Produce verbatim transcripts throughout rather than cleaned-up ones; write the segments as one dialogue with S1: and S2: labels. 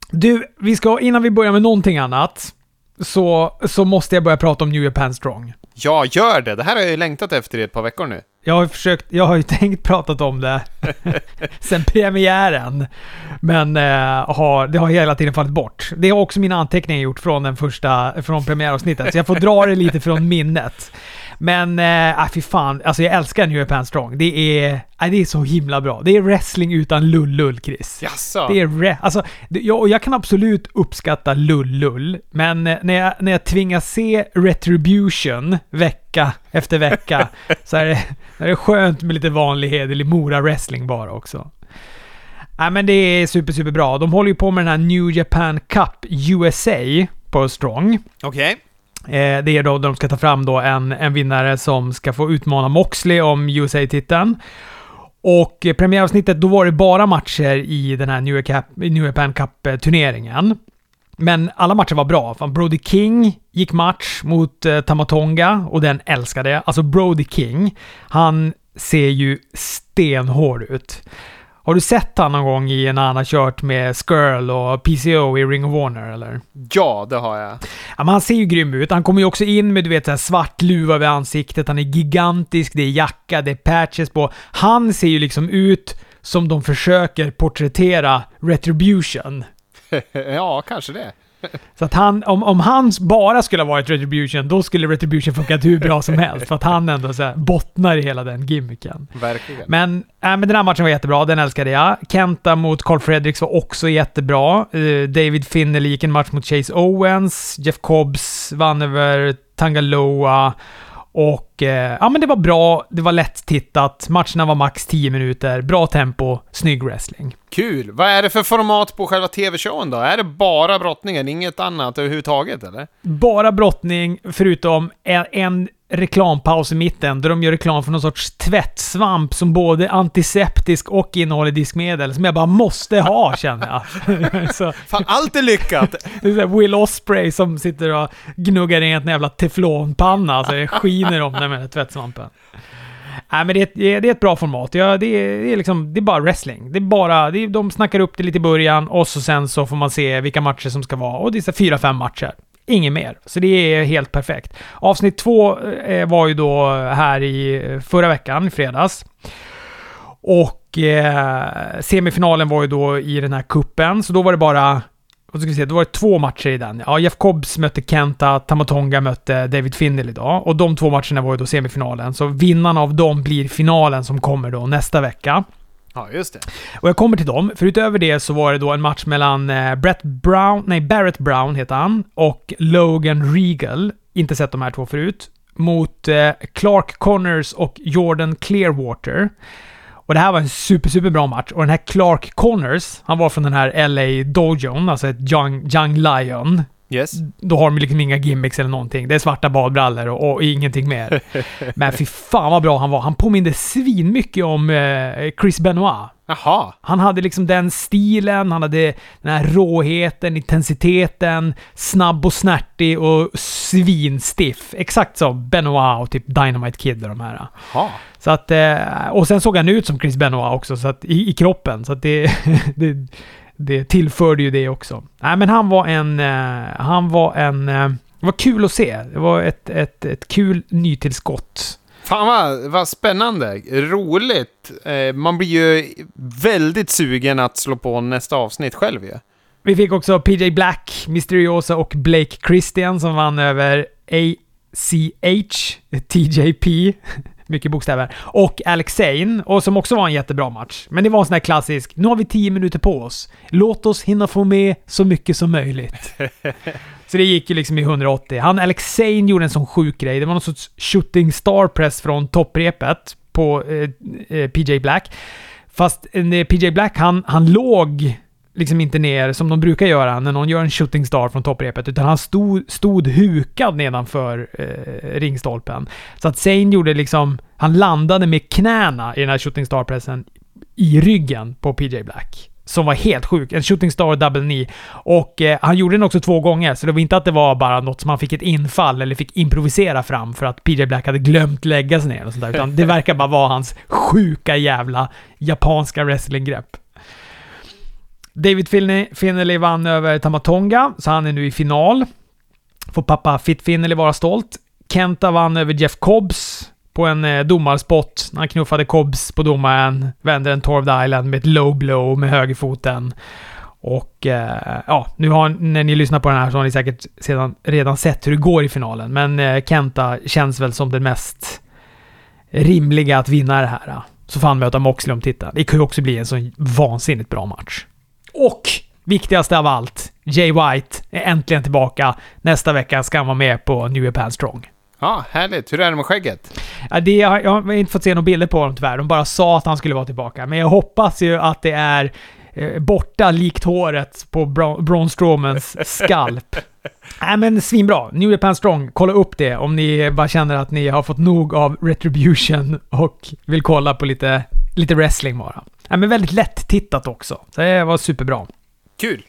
S1: Du, vi ska, innan vi börjar med någonting annat så, så måste jag börja prata om New Japan Strong.
S2: Ja, gör det. Det här har jag ju längtat efter i ett par veckor nu.
S1: Jag har försökt, jag har ju tänkt pratat om det sen premiären. Men eh, har, det har hela tiden fallit bort. Det har också mina anteckningar gjort från den första, från premiäravsnittet. Så jag får dra det lite från minnet. Men, äh, fy fan. Alltså jag älskar New Japan Strong. Det är, äh, det är så himla bra. Det är wrestling utan lull-lull, Chris.
S2: Jaså?
S1: Det är re- alltså, det, jag, jag kan absolut uppskatta lull-lull. Men när jag, när jag tvingas se Retribution vecka efter vecka så är det, är det skönt med lite vanlig hederlig Mora-wrestling bara också. Nej, men det är super, super bra. De håller ju på med den här New Japan Cup U S A på Strong.
S2: Okej.
S1: Eh, det är då de ska ta fram då en, en vinnare som ska få utmana Moxley om U S A-titeln. Och eh, premiäravsnittet, då var det bara matcher i den här New, Cap, New Japan Cup-turneringen. Men alla matcher var bra. Fan, Brody King gick match mot eh, Tamatonga och den älskade jag. Alltså Brody King, han ser ju stenhård ut. Har du sett han någon gång i en annan kört med Skrull och P C O i Ring of Honor, eller?
S2: Ja, det har jag.
S1: Ja, men han ser ju grym ut. Han kommer ju också in med, du vet, så här svart luva vid ansiktet. Han är gigantisk, det är jacka, det är patches på. Han ser ju liksom ut som de försöker porträttera Retribution.
S2: Ja, kanske det.
S1: Så att han, om, om han bara skulle ha varit Retribution, då skulle Retribution funkat hur bra som helst. För att han ändå så här bottnar i hela den gimmicken.
S2: Verkligen.
S1: Men, äh, men den här matchen var jättebra, den älskade jag. Kenta mot Carl Fredericks var också jättebra. Uh, David Finley gick en match mot Chase Owens. Jeff Cobbs vann över Tangaloa. Och eh, ja, men det var bra, det var lätt tittat. Matcherna var max tio minuter. Bra tempo, snygg wrestling.
S2: Kul. Vad är det för format på själva tv-showen då? Är det bara brottningen, inget annat överhuvudtaget, eller?
S1: Bara brottning, förutom en, en reklampaus i mitten där de gör reklam för någon sorts tvättsvamp som både är antiseptisk och innehåller diskmedel som jag bara måste ha, känner jag. Så,
S2: fan, allt är lyckat!
S1: det är så här Will Ospreay som sitter och gnuggar i en jävla teflonpanna så det skiner om den med tvättsvampen. Nej, men det är, ett, det är ett bra format. Ja, det, är, det, är liksom, det är bara wrestling. Det är bara, det är, de snackar upp det lite i början och så sen så får man se vilka matcher som ska vara. Och det är så fyra, fem matcher. Inget mer. Så det är helt perfekt. Avsnitt två eh, var ju då här i förra veckan, i fredags. Och eh, semifinalen var ju då i den här kuppen. Så då var det bara, vad ska vi säga, då var det två matcher i den. Ja, Jeff Cobbs mötte Kenta, Tamatonga mötte David Finley idag. Och de två matcherna var ju då semifinalen. Så vinnarna av dem blir finalen som kommer då nästa vecka.
S2: Ja, just det.
S1: Och jag kommer till dem. För utöver det så var det då en match mellan eh, Brett Brown, nej Barrett Brown heter han, och Logan Regal. Inte sett de här två förut. Mot eh, Clark Connors och Jordan Clearwater. Och det här var en super, super bra match. Och den här Clark Connors, han var från den här L A Dojon, alltså ett young, young lion.
S2: Yes.
S1: Då har de liksom inga gimmicks eller någonting. Det är svarta badbrallor och, och ingenting mer. Men fy fan vad bra han var. Han påminde svin mycket om eh, Chris Benoit.
S2: Jaha.
S1: Han hade liksom den stilen, han hade den här råheten, intensiteten, snabb och snärtig och svinstiff. Exakt som Benoit och typ Dynamite Kid och de här.
S2: Jaha.
S1: Så att, och sen såg han ut som Chris Benoit också så att, i, i kroppen. Så att det, det, det tillförde ju det också. Nej, men han var en... Han var en... Det var kul att se. Det var ett, ett, ett kul nytillskott.
S2: Fan vad, vad spännande. Roligt. Eh, man blir ju väldigt sugen att slå på nästa avsnitt själv ju.
S1: Vi fick också P J Black, Mysteriosa och Blake Christian som vann över A C H, T J P, mycket bokstäver, och Alex Zane, och som också var en jättebra match. Men det var en sån här klassisk, nu har vi tio minuter på oss. Låt oss hinna få med så mycket som möjligt. Så det gick ju liksom i hundraåttio. Han, Alex Zane, gjorde en sån sjuk grej. Det var någon sorts shooting star press från topprepet på eh, eh, P J Black. Fast eh, P J Black, han, han låg liksom inte ner som de brukar göra när någon gör en shooting star från topprepet, utan han stod, stod hukad nedanför eh, ringstolpen. Så att Zane gjorde liksom, han landade med knäna i den här shooting star pressen i ryggen på P J Black. Som var helt sjuk. En shooting star double knee. Och eh, han gjorde den också två gånger. Så det var inte att det var bara något som han fick ett infall eller fick improvisera fram för att P J Black hade glömt lägga sig ner och sånt där. Utan det verkar bara vara hans sjuka jävla japanska wrestlinggrepp. David Finlay vann över Tamatonga, så han är nu i final. Får pappa Fit Finlay vara stolt. Kenta vann över Jeff Cobbs på en eh, domarspot. Han knuffade Cobbs på domaren, vände en Torved Island med ett low blow med högerfoten. Och eh, ja, nu har, när ni lyssnar på den här så har ni säkert sedan redan sett hur det går i finalen. Men eh, Kenta känns väl som den mest rimliga att vinna det här. Så får han möta Moxley om titeln. Det kan ju också bli en så vansinnigt bra match. Och viktigaste av allt, Jay White är äntligen tillbaka. Nästa vecka ska han vara med på New Japan Strong.
S2: Ja, härligt. Hur är det med skägget?
S1: Ja, det, jag, jag har inte fått se några bilder på honom tyvärr. De bara sa att han skulle vara tillbaka. Men jag hoppas ju att det är eh, borta likt håret på Bra- Braun Strowmans skalp. Nej, men svinbra. New Japan Strong, kolla upp det om ni bara känner att ni har fått nog av Retribution och vill kolla på lite, lite wrestling bara. Nej, men väldigt lätt tittat också. Så det var superbra.
S2: Kul!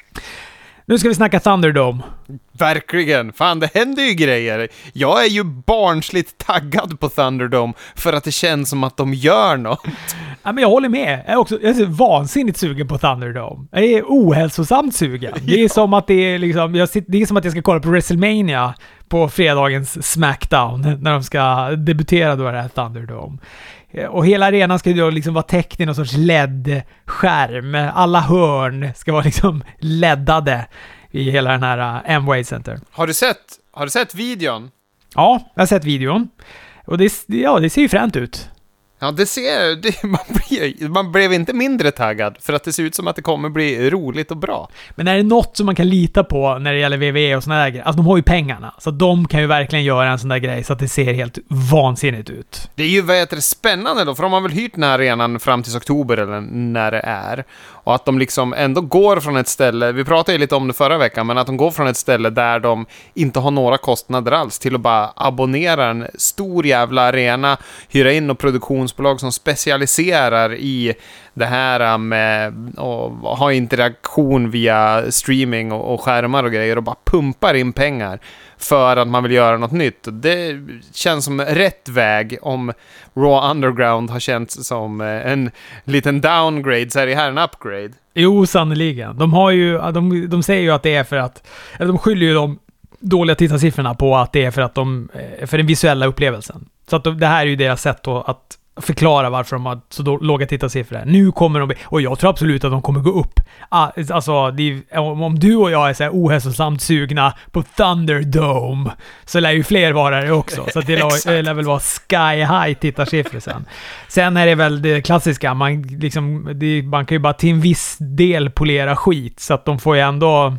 S1: Nu ska vi snacka Thunderdome.
S2: Verkligen. Fan, det händer ju grejer. Jag är ju barnsligt taggad på Thunderdome för att det känns som att de gör något.
S1: Ja, men jag håller med. Jag är också jag är vansinnigt sugen på Thunderdome. Jag är ohälsosamt sugen. Det är som att det är liksom, jag sitter, det är som att jag ska kolla på WrestleMania på fredagens Smackdown när de ska debutera då det här Thunderdome. Och hela arenan ska ju då liksom vara täckt i någon sorts L E D-skärm. Alla hörn ska vara liksom leddade i hela den här uh, Amway Center.
S2: Har du sett, har du sett videon?
S1: Ja, jag har sett videon. Och det, ja, det ser ju fränt ut.
S2: Ja, det ser... Det, man, blir, man blev inte mindre taggad för att det ser ut som att det kommer bli roligt och bra.
S1: Men är det något som man kan lita på när det gäller V V E och såna där grejer? Alltså de har ju pengarna, så de kan ju verkligen göra en sån där grej så att det ser helt vansinnigt ut.
S2: Det är ju väldigt spännande då, för de har väl hyrt den här arenan fram till oktober eller när det är. Och att de liksom ändå går från ett ställe, vi pratade ju lite om det förra veckan, men att de går från ett ställe där de inte har några kostnader alls till att bara abonnera en stor jävla arena, hyra in och produktionsbolag som specialiserar i det här med att ha interaktion via streaming och, och skärmar och grejer och bara pumpar in pengar för att man vill göra något nytt. Det känns som rätt väg om Raw Underground har känts som en liten downgrade, så är det här en upgrade.
S1: Jo, sannoliken. De har ju, de, de säger ju att det är för att, eller de skyller ju de dåliga tittarsiffrorna på att det är för att de, för den visuella upplevelsen. Så att de, det här är ju deras sätt då att förklara varför de har så då, låga tittarsiffror. Nu kommer de, och jag tror absolut att de kommer gå upp. Alltså, det, om du och jag är så här ohälsosamt sugna på Thunderdome så lär ju fler vara det också. Så att det lär, lär väl vara sky high tittarsiffror sen. Sen är det väl det klassiska, man, liksom, det, man kan ju bara till en viss del polera skit så att de får ju ändå...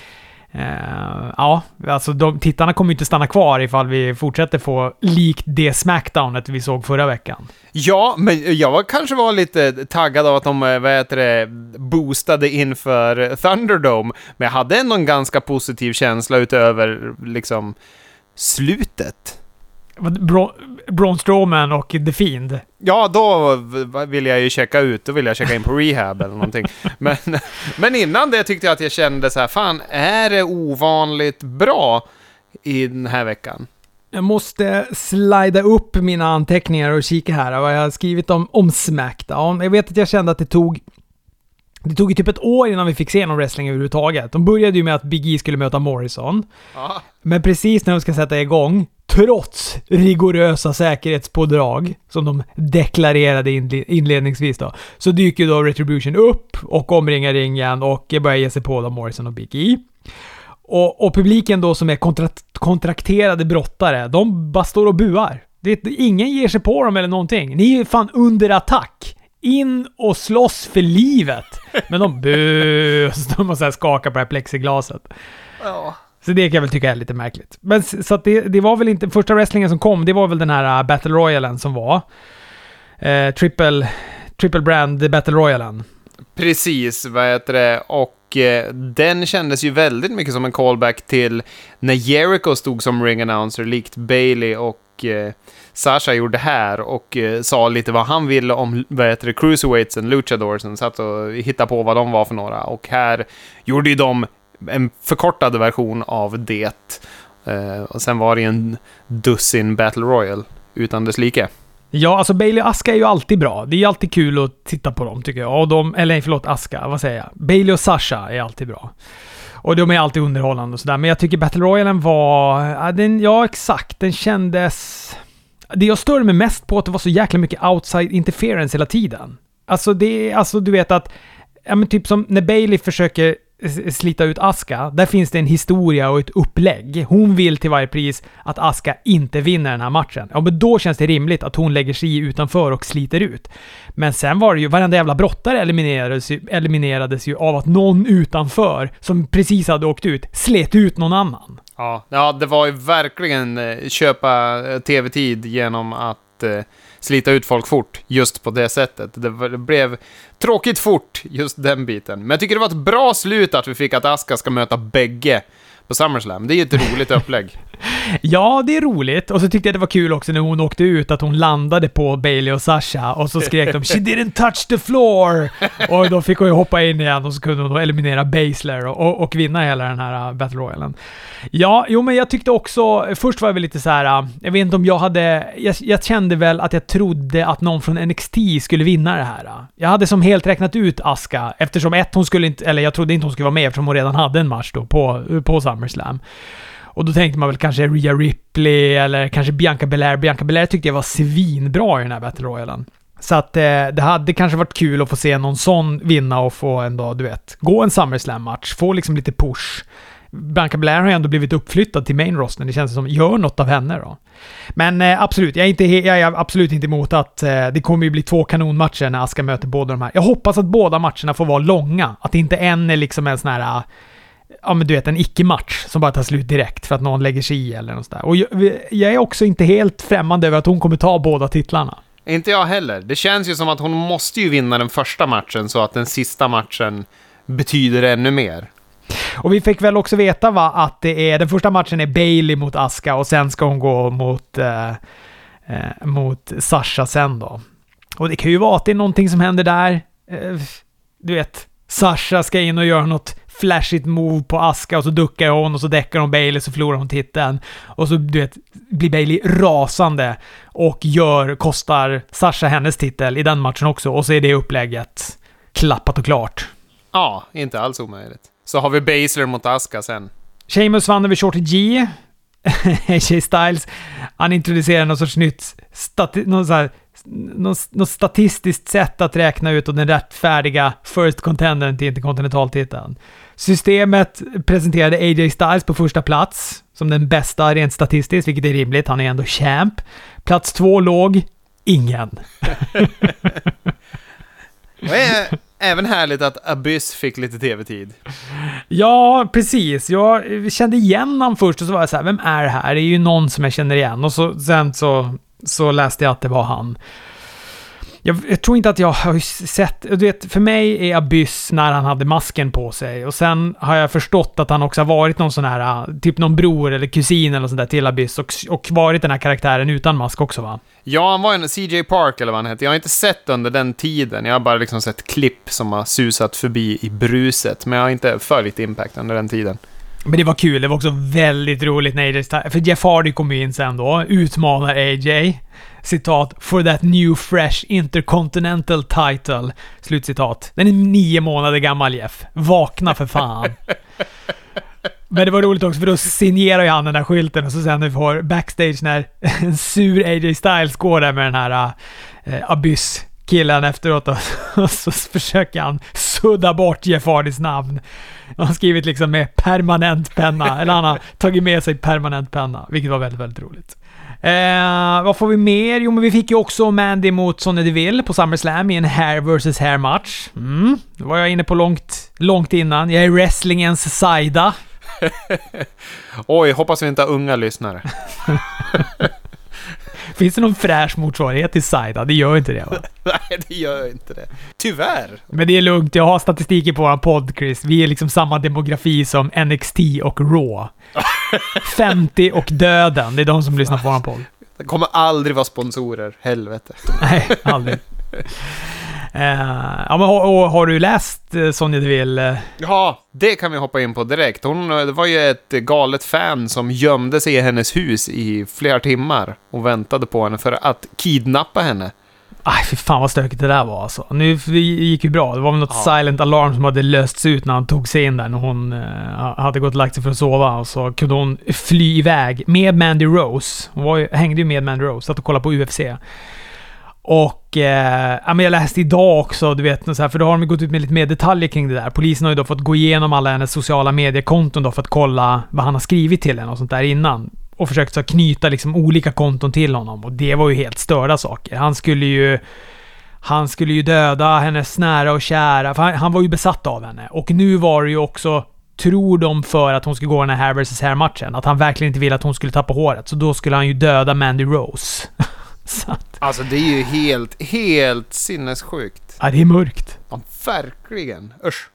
S1: Uh, ja, alltså de, tittarna kommer ju inte stanna kvar ifall vi fortsätter få likt det Smackdownet vi såg förra veckan.
S2: Ja, men jag var, kanske var lite taggad av att de vad heter det, boostade inför Thunderdome, men jag hade ändå en ganska positiv känsla utöver liksom slutet.
S1: Bra- Braun Strowman och The Fiend.
S2: Ja, då vill jag ju checka ut. Då vill jag checka in på rehab eller någonting. Men, men innan det tyckte jag att jag kände så här, fan, är det ovanligt bra i den här veckan?
S1: Jag måste slida upp mina anteckningar och kika här vad jag har skrivit om, om Smackdown. Jag vet att jag kände att det tog Det tog ju typ ett år innan vi fick se någon wrestling överhuvudtaget. De började ju med att Big E skulle möta Morrison.
S2: Ja.
S1: Men precis när de ska sätta igång, trots rigorösa säkerhetspådrag som de deklarerade inledningsvis då, så dyker ju då Retribution upp och omringar ringen och börjar ge sig på då Morrison och Big E. Och, och publiken då som är kontrakt, kontrakterade brottare, de bara står och buar. Det, ingen ger sig på dem eller någonting. Ni är fan under attack. In och slåss för livet. Men de bös, de måste skaka på det här plexiglaset.
S2: Ja.
S1: Så det kan jag väl tycka är lite märkligt. Men så att det, det var väl inte första wrestlingen som kom, det var väl den här uh, Battle Royalen som var. Uh, triple, triple brand Battle Royalen.
S2: Precis, vad heter det? Och eh, den kändes ju väldigt mycket som en callback till när Jericho stod som ring announcer likt Bailey och eh, Sasha gjorde här och eh, sa lite vad han ville om vad heter det, cruiserweightsen, luchadorsen, satt och hittade på vad de var för några. Och här gjorde ju de en förkortad version av det. Eh, och sen var det en dussin Battle Royal utan dess like.
S1: Ja, alltså Bailey och Asuka är ju alltid bra. Det är ju alltid kul att titta på dem, tycker jag. Och de, eller förlåt, Asuka, vad säger jag? Bailey och Sasha är alltid bra. Och de är alltid underhållande och sådär. Men jag tycker Battle Royalen var... Ja, den, ja, exakt. Den kändes... Det jag störde mig mest på att det var så jäkla mycket outside interference hela tiden. Alltså, det är... Alltså, du vet att... Ja, men typ som när Bailey försöker slita ut Asuka, där finns det en historia och ett upplägg. Hon vill till varje pris att Asuka inte vinner den här matchen. Ja, men då känns det rimligt att hon lägger sig utanför och sliter ut. Men sen var det ju, varenda jävla brottare eliminerades ju, eliminerades ju av att någon utanför, som precis hade åkt ut, slet ut någon annan.
S2: Ja, ja det var ju verkligen eh, köpa eh, tv-tid genom att eh, slita ut folk fort just på det sättet. Det, var, det blev tråkigt fort, just den biten. Men jag tycker det var ett bra slut att vi fick att Asuka ska möta bägge på SummerSlam. Det är ju ett roligt upplägg.
S1: Ja, det är roligt. Och så tyckte jag det var kul också när hon åkte ut att hon landade på Bailey och Sasha och så skrek de "She didn't touch the floor!" Och då fick hon ju hoppa in igen och så kunde hon då eliminera Baszler och, och, och vinna hela den här uh, Battle Royalen. Ja, jo men jag tyckte också, först var jag väl lite så här, uh, jag vet inte om jag hade, jag, jag kände väl att jag trodde att någon från N X T skulle vinna det här. Uh. Jag hade som helt räknat ut Asuka eftersom ett, hon skulle inte, eller jag trodde inte hon skulle vara med eftersom hon redan hade en match då på, på SummerSlam. Och då tänkte man väl kanske Rhea Ripley eller kanske Bianca Belair. Bianca Belair tyckte jag var svinbra i den här Battle Royalen. Så att eh, det hade kanske varit kul att få se någon sån vinna och få ändå, du vet, gå en SummerSlam-match. Få liksom lite push. Bianca Belair har ju ändå blivit uppflyttad till main roster. Det känns som, gör något av henne då. Men eh, absolut, jag är, inte, jag är absolut inte emot att eh, det kommer ju bli två kanonmatcher när Asuka möter båda de här. Jag hoppas att båda matcherna får vara långa. Att inte en är liksom en sån här... ja men du vet, en icke-match som bara tar slut direkt för att någon lägger sig i eller något sådär. Och jag, jag är också inte helt främmande över att hon kommer ta båda titlarna.
S2: Inte jag heller. Det känns ju som att hon måste ju vinna den första matchen så att den sista matchen betyder ännu mer.
S1: Och vi fick väl också veta va, att det är, den första matchen är Bailey mot Asuka och sen ska hon gå mot, eh, eh, mot Sasha sen då. Och det kan ju vara att det är någonting som händer där. Eh, du vet, Sasha ska in och göra något flashigt move på Asuka och så duckar hon och så däckar hon Bailey så förlorar hon titeln och så du vet blir Bailey rasande och gör kostar Sasha hennes titel i den matchen också och så är det upplägget klappat och klart.
S2: Ja, inte alls omöjligt. Så har vi Baszler mot Asuka sen.
S1: Sheamus vann över Shorty G. A J Styles han introducerar något sorts nytt stati- någon så här Något, något statistiskt sätt att räkna ut och den rättfärdiga first contendern till interkontinentaltiteln. Systemet presenterade A J Styles på första plats som den bästa rent statistiskt, vilket är rimligt. Han är ändå champ. Plats två låg ingen.
S2: Det är även härligt att Abyss fick lite tv-tid.
S1: Ja, precis. Jag kände igen han först och så var jag så här, vem är det här? Det är ju någon som jag känner igen. Och så, sen så så läste jag att det var han. Jag, jag tror inte att jag har sett... Du vet, för mig är Abyss när han hade masken på sig. Och sen har jag förstått att han också har varit någon sån här... Typ någon bror eller kusin eller sånt där till Abyss. Och, och varit den här karaktären utan mask också, va?
S2: Ja, han var en C J Park eller vad han hette. Jag har inte sett under den tiden. Jag har bara liksom sett klipp som har susat förbi i bruset. Men jag har inte följt Impact under den tiden.
S1: Men det var kul, det var också väldigt roligt när A J Styles, för Jeff Hardy kom in sen då, utmanar A J, citat, for that new fresh intercontinental title, slutcitat. Den är nio månader gammal, Jeff. Vakna för fan. Men det var roligt också, för då signerar ju han den där skylten och så sen när vi får backstage när en sur A J Styles går där med den här uh, Abyss killen efteråt och så försöker han sudda bort Jeff Hardys namn. Han har skrivit liksom med permanent penna, eller han har tagit med sig permanent penna, vilket var väldigt, väldigt roligt. Eh, vad får vi mer? Jo, men vi fick ju också Mandy mot Sonya Deville på SummerSlam i en hair versus hair match. Mm, då var jag inne på långt, långt innan. Jag är wrestlingens sida.
S2: Oj, hoppas vi inte har unga lyssnare.
S1: Finns det någon fräsch motsvarighet till Saida? Det gör inte det, va?
S2: Nej, det gör inte det. Tyvärr.
S1: Men det är lugnt. Jag har statistiken på vår podd, Chris. Vi är liksom samma demografi som N X T och Raw. femtio och döden. Det är de som lyssnar på vår podd.
S2: Det kommer aldrig vara sponsorer. Helvete.
S1: Nej, aldrig. ja, men har, och, har du läst Sonya Deville?
S2: Ja, det kan vi hoppa in på direkt. Hon, det var ju ett galet fan som gömde sig i hennes hus i flera timmar och väntade på henne för att kidnappa henne.
S1: Aj, för fan vad stökigt det där var alltså. Nu gick ju bra. Det var väl något ja. silent alarm som hade lösts ut när han tog sig in där när hon uh, hade gått och lagt sig för att sova. Och så kunde hon fly iväg med Mandy Rose. Hon var ju, hängde ju med Mandy Rose, satt och kollade på U F C. Och eh, ja, men jag läste idag också, du vet, så här, för då har de gått ut med lite mer detaljer kring det där. Polisen har ju då fått gå igenom alla hennes sociala mediekonton då för att kolla vad han har skrivit till henne och sånt där innan. Och försökt så knyta liksom olika konton till honom. Och det var ju helt störda saker. Han skulle ju han skulle ju döda hennes nära och kära. För han, han var ju besatt av henne. Och nu var det ju också, tror de, för att hon skulle gå den här hair versus hair matchen. Att han verkligen inte ville att hon skulle tappa håret. Så då skulle han ju döda Mandy Rose. Så att,
S2: alltså det är ju helt, helt sinnessjukt.
S1: Ja, det är mörkt.
S2: Ja, verkligen. Usch.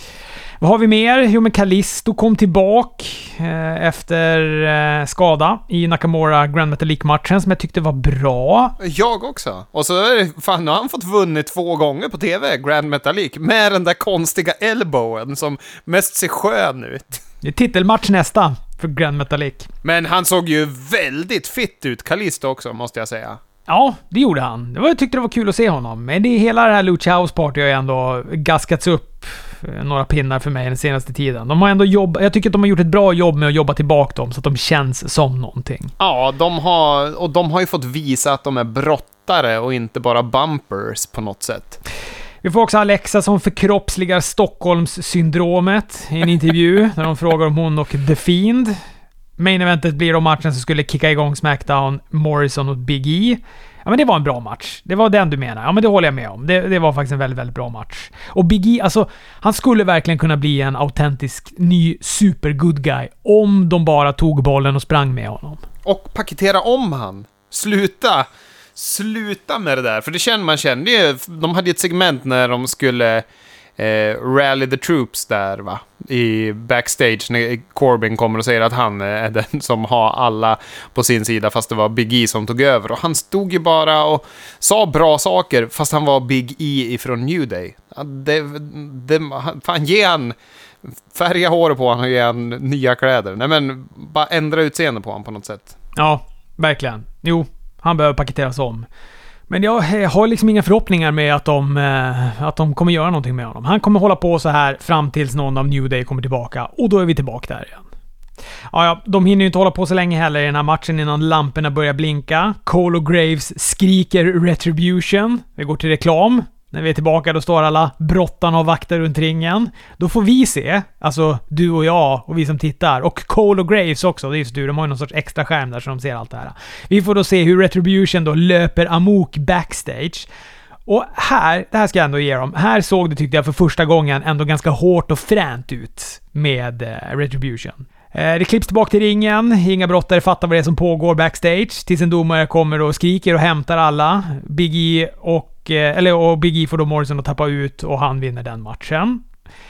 S1: Vad har vi mer? Jo, men Kalisto kom tillbaka eh, efter eh, skada i Nakamura Grand Metalik-matchen som jag tyckte var bra.
S2: Jag också. Och så är det, fan, nu har han fått vunnit två gånger på T V, Grand Metalik, med den där konstiga elbowen som mest ser skön ut.
S1: Det är titelmatch nästa för Grand Metalik.
S2: Men han såg ju väldigt fit ut, Kalisto också, måste jag säga.
S1: Ja, det gjorde han. Det var, jag tyckte det var kul att se honom. Men det är hela det här Lucha House Party har ju ändå gaskats upp några pinnar för mig den senaste tiden. De har ändå jobbat, jag tycker att de har gjort ett bra jobb med att jobba tillbaka dem så att de känns som någonting.
S2: Ja, de har, och de har ju fått visa att de är brottare och inte bara bumpers på något sätt.
S1: Vi får också Alexa som förkroppsligar Stockholms-syndromet i en intervju där de frågar om hon och The Fiend. Main eventet blir om matchen som skulle kicka igång SmackDown, Morrison och Big E. Ja, men det var en bra match. Det var den du menar. Ja, men det håller jag med om. Det, det var faktiskt en väldigt, väldigt bra match. Och Big E, alltså, han skulle verkligen kunna bli en autentisk ny super good guy om de bara tog bollen och sprang med honom.
S2: Och paketera om han. Sluta. Sluta med det där. För det känner man kände ju. De hade ett segment när de skulle eh, rally the troops där, va? I backstage när Corbin kommer och säger att han är den som har alla på sin sida, fast det var Big E som tog över. Och han stod ju bara och sa bra saker fast han var Big E ifrån New Day. Det, det, fan, ge han färga håret på han och ge han nya kläder. Nej, men bara ändra utseende på han på något sätt.
S1: Ja, verkligen. Jo, han behöver paketeras om. Men jag har liksom inga förhoppningar med att de, att de kommer göra någonting med honom. Han kommer hålla på så här fram tills någon av New Day kommer tillbaka. Och då är vi tillbaka där igen. Ja, ja, de hinner ju inte hålla på så länge heller i den här matchen innan lamporna börjar blinka. Cole och Graves skriker Retribution. Vi går till reklam. När vi är tillbaka då står alla brottarna och vakter runt ringen. Då får vi se, alltså du och jag och vi som tittar, och Cole och Graves också, det är just du, de har ju någon sorts extra skärm där så de ser allt det här. Vi får då se hur Retribution då löper amok backstage. Och här, det här ska jag ändå ge dem, här såg det, tyckte jag, för första gången ändå ganska hårt och fränt ut med uh, Retribution. Uh, det klipps tillbaka till ringen, inga brottare fattar vad det är som pågår backstage, tills en domare kommer och skriker och hämtar alla. Big E och eller och Big E får då Morrison att tappa ut och han vinner den matchen.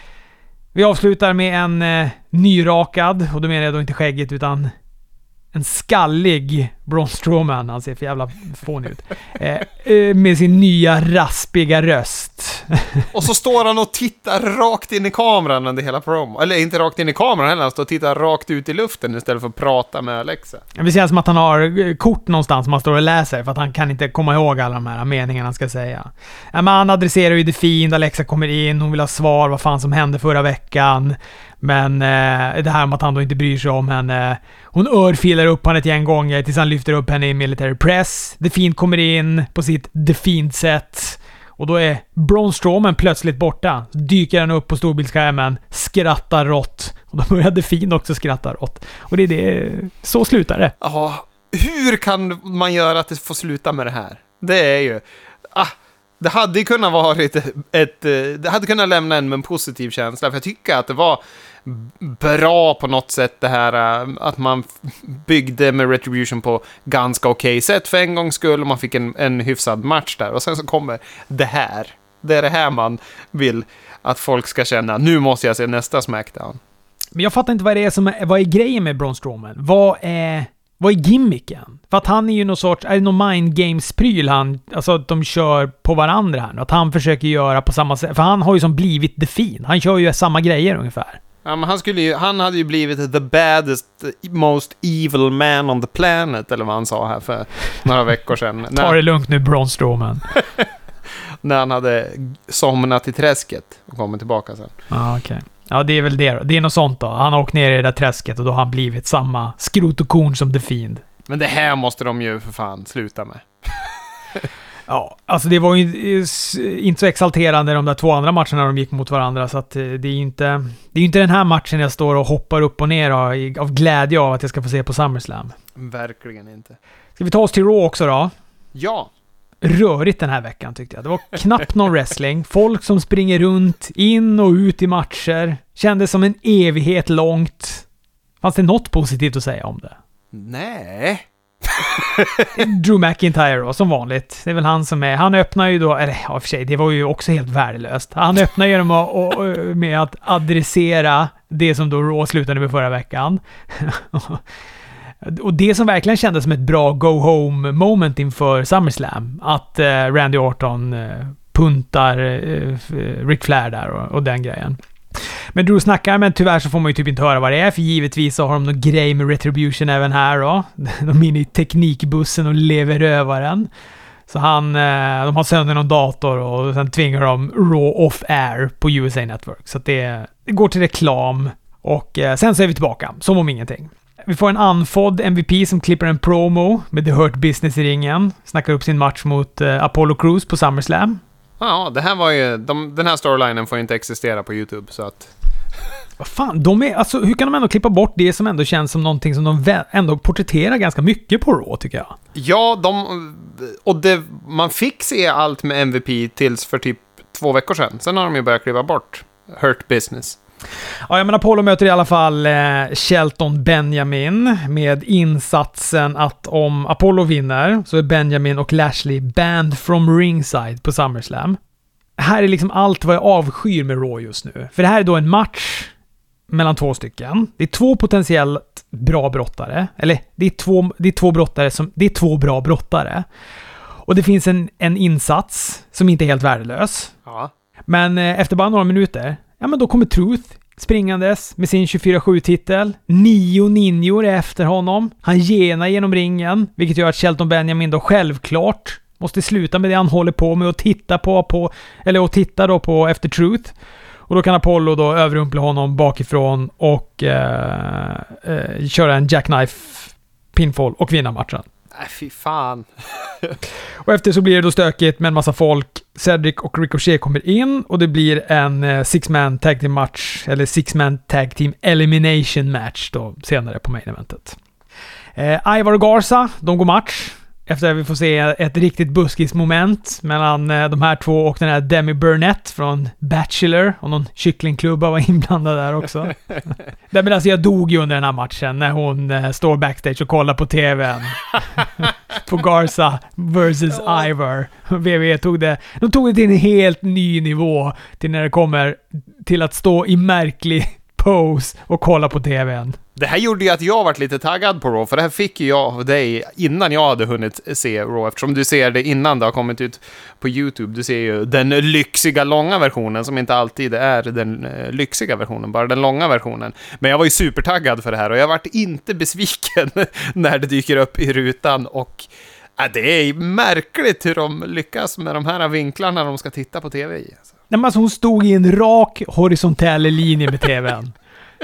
S1: Vi avslutar med en eh, nyrakad, och då menar jag då inte skägget utan en skallig Braun Strowman, han ser för jävla fånig ut, eh, med sin nya raspiga röst.
S2: Och så står han och tittar rakt in i kameran under hela promo. Eller inte rakt in i kameran heller, han står och tittar rakt ut i luften istället för att prata med Alexa.
S1: Det känns som att han har kort någonstans som han står och läser, för att han kan inte komma ihåg alla de här meningarna han ska säga. Men han adresserar ju The Fiend, Alexa kommer in, hon vill ha svar vad fan som hände förra veckan. Men eh, det här med att han då inte bryr sig om henne. Hon örfilar upp henne ett gäng gånger tills han lyfter upp henne i military press. The Fiend kommer in på sitt The Fiend-sätt. Och då är Braun Strowman plötsligt borta. Så dyker han upp på storbildsskärmen, skrattar rått. Och då börjar The Fiend också skratta rått. Och det är det, så slutar det.
S2: Ja, hur kan man göra att det får sluta med det här? Det är ju... Ah. Det hade ju kunnat vara ett, ett, det hade kunnat lämna en med en positiv känsla, för jag tycker att det var bra på något sätt det här att man byggde med Retribution på ganska okej okay sätt för en gångs skull och man fick en, en hyfsad match där, och sen så kommer det här. Det är det här man vill att folk ska känna, nu måste jag se nästa SmackDown.
S1: Men jag fattar inte vad det är som är, vad är grejen med Braun Strowman. Vad är Vad är gimmicken? För att han är ju någon sorts, är det någon mind games-pryl han, alltså att de kör på varandra här. Att han försöker göra på samma sätt. För han har ju som blivit The Fiend. Han kör ju samma grejer ungefär.
S2: Ja, men han, skulle ju, han hade ju blivit the baddest, most evil man on the planet, eller vad han sa här för några veckor sedan.
S1: Ta det lugnt nu, Braun Strowman.
S2: När han hade somnat i träsket och kommit tillbaka sen.
S1: Ja, okej. Okay. Ja, det är väl det då. Det är något sånt då. Han har åkt ner i det där träsket och då har han blivit samma skrot och korn som The Fiend.
S2: Men det här måste de ju för fan sluta med.
S1: Ja, alltså det var ju inte så exalterande de där två andra matcherna de gick mot varandra, så att det är ju inte det är ju inte den här matchen jag står och hoppar upp och ner av, av glädje av att jag ska få se på SummerSlam.
S2: Verkligen inte.
S1: Ska vi ta oss till Raw också då?
S2: Ja.
S1: Rörigt den här veckan tyckte jag. Det var knappt någon wrestling. Folk som springer runt, in och ut i matcher. Kändes som en evighet långt. Fanns det något positivt att säga om det?
S2: Nej.
S1: Drew McIntyre då, som vanligt. Det är väl han som är... Han öppnar ju då... Eller ja, för sig, det var ju också helt värdelöst. Han öppnar ju med, och, och, med att adressera det som då Raw slutade med förra veckan. Och det som verkligen kändes som ett bra go-home moment inför SummerSlam. Att eh, Randy Orton eh, puntar eh, Ric Flair där och, och den grejen. Men Drew snackar, men tyvärr så får man ju typ inte höra vad det är, för givetvis så har de någon grej med Retribution även här då. De är inne i teknikbussen och lever rövaren. Så han, de har sönder någon dator och sen tvingar de Raw off air på U S A Network. Så att det, det går till reklam och sen så är vi tillbaka, som om ingenting. Vi får en anfodd M V P som klipper en promo med The Hurt Business i ringen. Snackar upp sin match mot Apollo Crews på SummerSlam.
S2: Ja, det här var ju... De, den här storylinen får ju inte existera på YouTube, så att...
S1: Vad fan, de är... Alltså, hur kan de ändå klippa bort det som ändå känns som någonting som de ändå porträtterar ganska mycket på Raw, tycker jag?
S2: Ja, de... Och det, man fick se allt med M V P tills för typ två veckor sedan. Sen har de ju börjat kliva bort Hurt Business.
S1: Ja, jag menar, Apollo möter i alla fall eh, Shelton Benjamin med insatsen att om Apollo vinner så är Benjamin och Lashley banned from ringside på SummerSlam. Här är liksom allt vad jag avskyr med Raw just nu. För det här är då en match mellan två stycken. Det är två potentiellt bra brottare. Eller det är två, det är två brottare som... Det är två bra brottare. Och det finns en, en insats som inte är helt värdelös.
S2: Ja.
S1: Men eh, efter bara några minuter, ja men då kommer Truth springandes med sin tjugofyra sju-titel. Nio ninjor är efter honom. Han genar genom ringen, vilket gör att Shelton Benjamin då självklart måste sluta med det han håller på med och titta på, på eller att titta då på efter Truth. Och då kan Apollo då överrumpla honom bakifrån och eh, eh, köra en jackknife pinfall och vinna matchen.
S2: Nej, fy fan.
S1: Och efter så blir det då stökigt med en massa folk. Cedric och Ricochet kommer in och det blir en eh, six-man tag team match, eller six-man tag team elimination match då senare på main eventet. Eh, Ivar och Garza, de går match. Efter att vi får se ett riktigt buskis-moment mellan eh, de här två och den här Demi Burnett från Bachelor, och någon kycklingklubba var inblandad där också. Där, men alltså jag dog ju under den här matchen när hon eh, står backstage och kollar på tvn. På Garza versus ja. Ivar. V V E tog det, de tog det till en helt ny nivå till när det kommer till att stå i märklig pose och kolla på tvn.
S2: Det här gjorde ju att jag varit lite taggad på Raw, för det här fick ju jag av dig innan jag hade hunnit se Raw, eftersom du ser det innan det har kommit ut på YouTube. Du ser ju den lyxiga långa versionen som inte alltid är den uh, lyxiga versionen, bara den långa versionen. Men jag var ju supertaggad för det här och jag varit inte besviken när det dyker upp i rutan, och äh, det är märkligt hur de lyckas med de här vinklarna när de ska titta på tv i. Alltså.
S1: Nej, men alltså hon stod i en rak horisontell linje med tvn.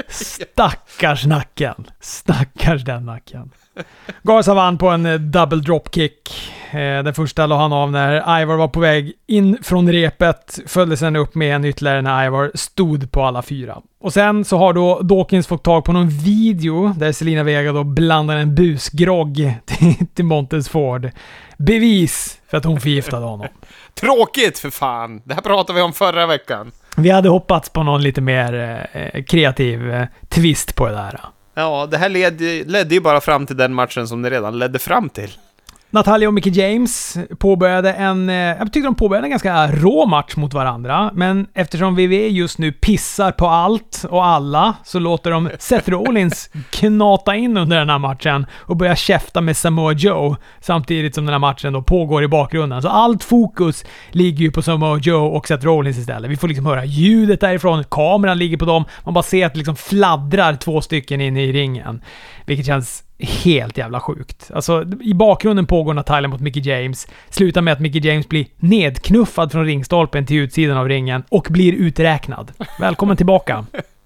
S1: Stackars nacken. Stackars den nacken. Garza vann på en double dropkick. Den första la han av när Ivar var på väg in från repet. Följde sen upp med en ytterligare när Ivar stod på alla fyra. Och sen så har då Dawkins fått tag på någon video där Selina Vega då blandar en busgrogg till, till Montez Ford. Bevis för att hon förgiftade honom.
S2: Tråkigt för fan. Det här pratade vi om förra veckan.
S1: Vi hade hoppats på någon lite mer eh, kreativ eh, twist på det där.
S2: Ja, det här ledde, ledde ju bara fram till den matchen som det redan ledde fram till.
S1: Natalia och Mickie James påbörjade en... Jag tyckte de påbörjade en ganska rå match mot varandra. Men eftersom V V E just nu pissar på allt och alla så låter de Seth Rollins knata in under den här matchen och börja käfta med Samoa Joe samtidigt som den här matchen då pågår i bakgrunden. Så allt fokus ligger ju på Samoa Joe och Seth Rollins istället. Vi får liksom höra ljudet därifrån. Kameran ligger på dem. Man bara ser att det liksom fladdrar två stycken in i ringen. Vilket känns helt jävla sjukt. Alltså, i bakgrunden pågår Natalia mot Mickie James. Slutar med att Mickie James blir nedknuffad från ringstolpen till utsidan av ringen och blir uträknad. Välkommen tillbaka.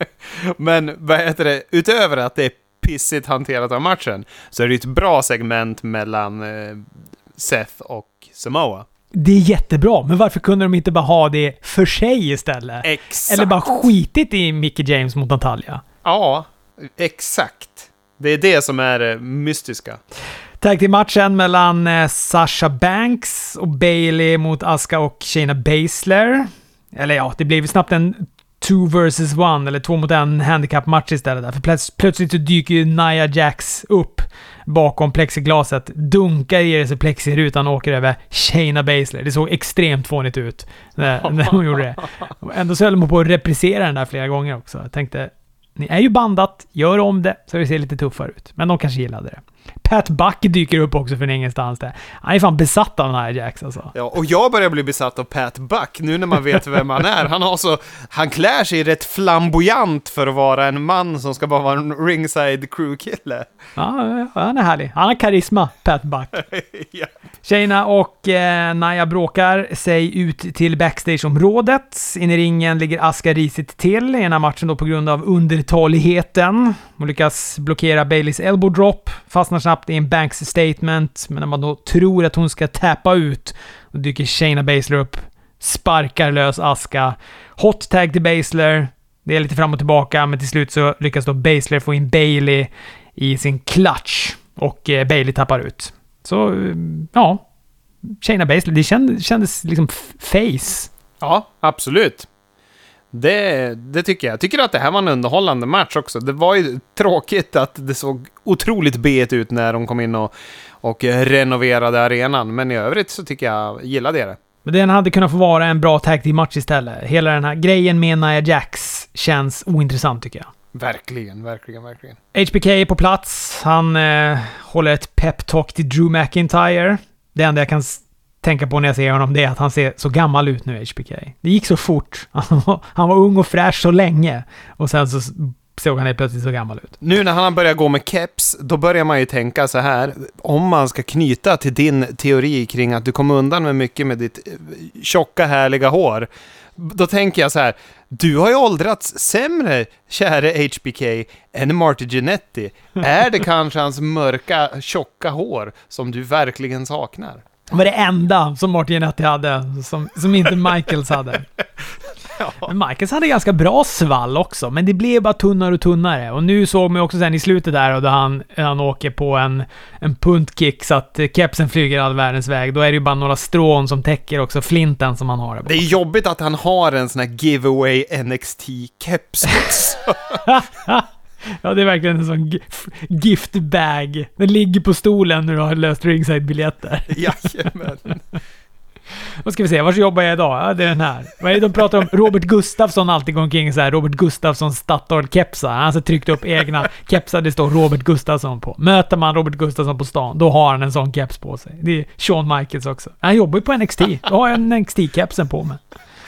S2: Men vad heter det? Utöver att det är pissigt hanterat av matchen så är det ett bra segment mellan eh, Seth och Samoa.
S1: Det är jättebra, men varför kunde de inte bara ha det för sig istället?
S2: Exakt.
S1: Eller bara skitit i Mickie James mot Natalia?
S2: Ja, exakt. Det är det som är det mystiska.
S1: Tag till matchen mellan eh, Sasha Banks och Bayley mot Asuka och Shayna Baszler. Eller ja, det blev snabbt en two versus one, eller två mot en handicap-match istället där. För plöts- plötsligt så dyker ju Nia Jax upp bakom plexiglaset, dunkar i sig plexirutan och åker över Shayna Baszler. Det såg extremt fånigt ut när, när hon gjorde det. Ändå så höll man på att reprisera den där flera gånger också. Jag tänkte, ni är ju bandat, gör om det så det ser lite tuffare ut. Men de kanske gillade det. Pat Buck dyker upp också från ingenstans där. Han är fan besatt av den här Jax alltså.
S2: Ja, och jag börjar bli besatt av Pat Buck nu när man vet vem han är. Han har så, han klär sig rätt flamboyant för att vara en man som ska bara vara en ringside crew-kille.
S1: Ja, han är härlig. Han har karisma, Pat Buck.
S2: Ja.
S1: Shayna och eh, Nia bråkar sig ut till backstageområdet. In i ringen ligger Asuka risigt till i den här matchen då på grund av undertaligheten. Hon lyckas blockera Baileys elbow drop, fastnar snabbt i en Banks statement, men när man då tror att hon ska tappa ut, då dyker Shayna Baszler upp, sparkar lös Asuka. Hot tag till Baszler. Det är lite fram och tillbaka, men till slut så lyckas då Baszler få in Bayley i sin clutch och eh, Bayley tappar ut. Så, ja. Shayna Baszler, det kändes, kändes liksom face.
S2: Ja, absolut. Det, det tycker jag. Jag tycker att det här var en underhållande match också. Det var ju tråkigt att det såg otroligt bet ut när de kom in och, och renoverade arenan. Men i övrigt så tycker jag gillade det.
S1: Men den hade kunnat få vara en bra tag team match istället. Hela den här grejen med Nia Jax känns ointressant tycker jag.
S2: Verkligen, verkligen, verkligen.
S1: H B K är på plats. Han eh, håller ett pep-talk till Drew McIntyre. Det enda jag kan s- tänka på när jag ser honom det är att han ser så gammal ut nu, H B K. Det gick så fort. Han var, han var ung och fräsch så länge. Och sen så såg han helt plötsligt så gammal ut.
S2: Nu när han har börjat gå med keps, då börjar man ju tänka så här. Om man ska knyta till din teori kring att du kom undan med mycket med ditt tjocka, härliga hår. Då tänker jag så här. Du har ju åldrats sämre, käre H B K, än Marty Jannetty. Är det kanske hans mörka, tjocka hår som du verkligen saknar?
S1: Det var det enda som Marty Jannetty hade som, som inte Michaels hade.
S2: Ja.
S1: Men Michaels hade ganska bra svall också, men det blev bara tunnare och tunnare. Och nu såg man också sen i slutet där och då han, han åker på en, en puntkick så att kepsen flyger all världens väg. Då är det ju bara några strån som täcker också flinten som han har. Där.
S2: Det är jobbigt att han har en sån här giveaway N X T-keps också.
S1: Ja, det är verkligen en sån giftbag. Den ligger på stolen när du har löst ringside-biljetter.
S2: Jajamän.
S1: Vad ska vi se, vars jobbar jag idag? Ja, det är den här. Vad är det de pratar om? Robert Gustafsson alltid går omkring så här. Robert Gustafsson Statoil-kepsar. Han har alltså tryckt upp egna kepsar det står Robert Gustafsson på. Möter man Robert Gustafsson på stan, då har han en sån keps på sig. Det är Shawn Michaels också. Han jobbar ju på N X T. Då har jag en N X T-kepsen på mig.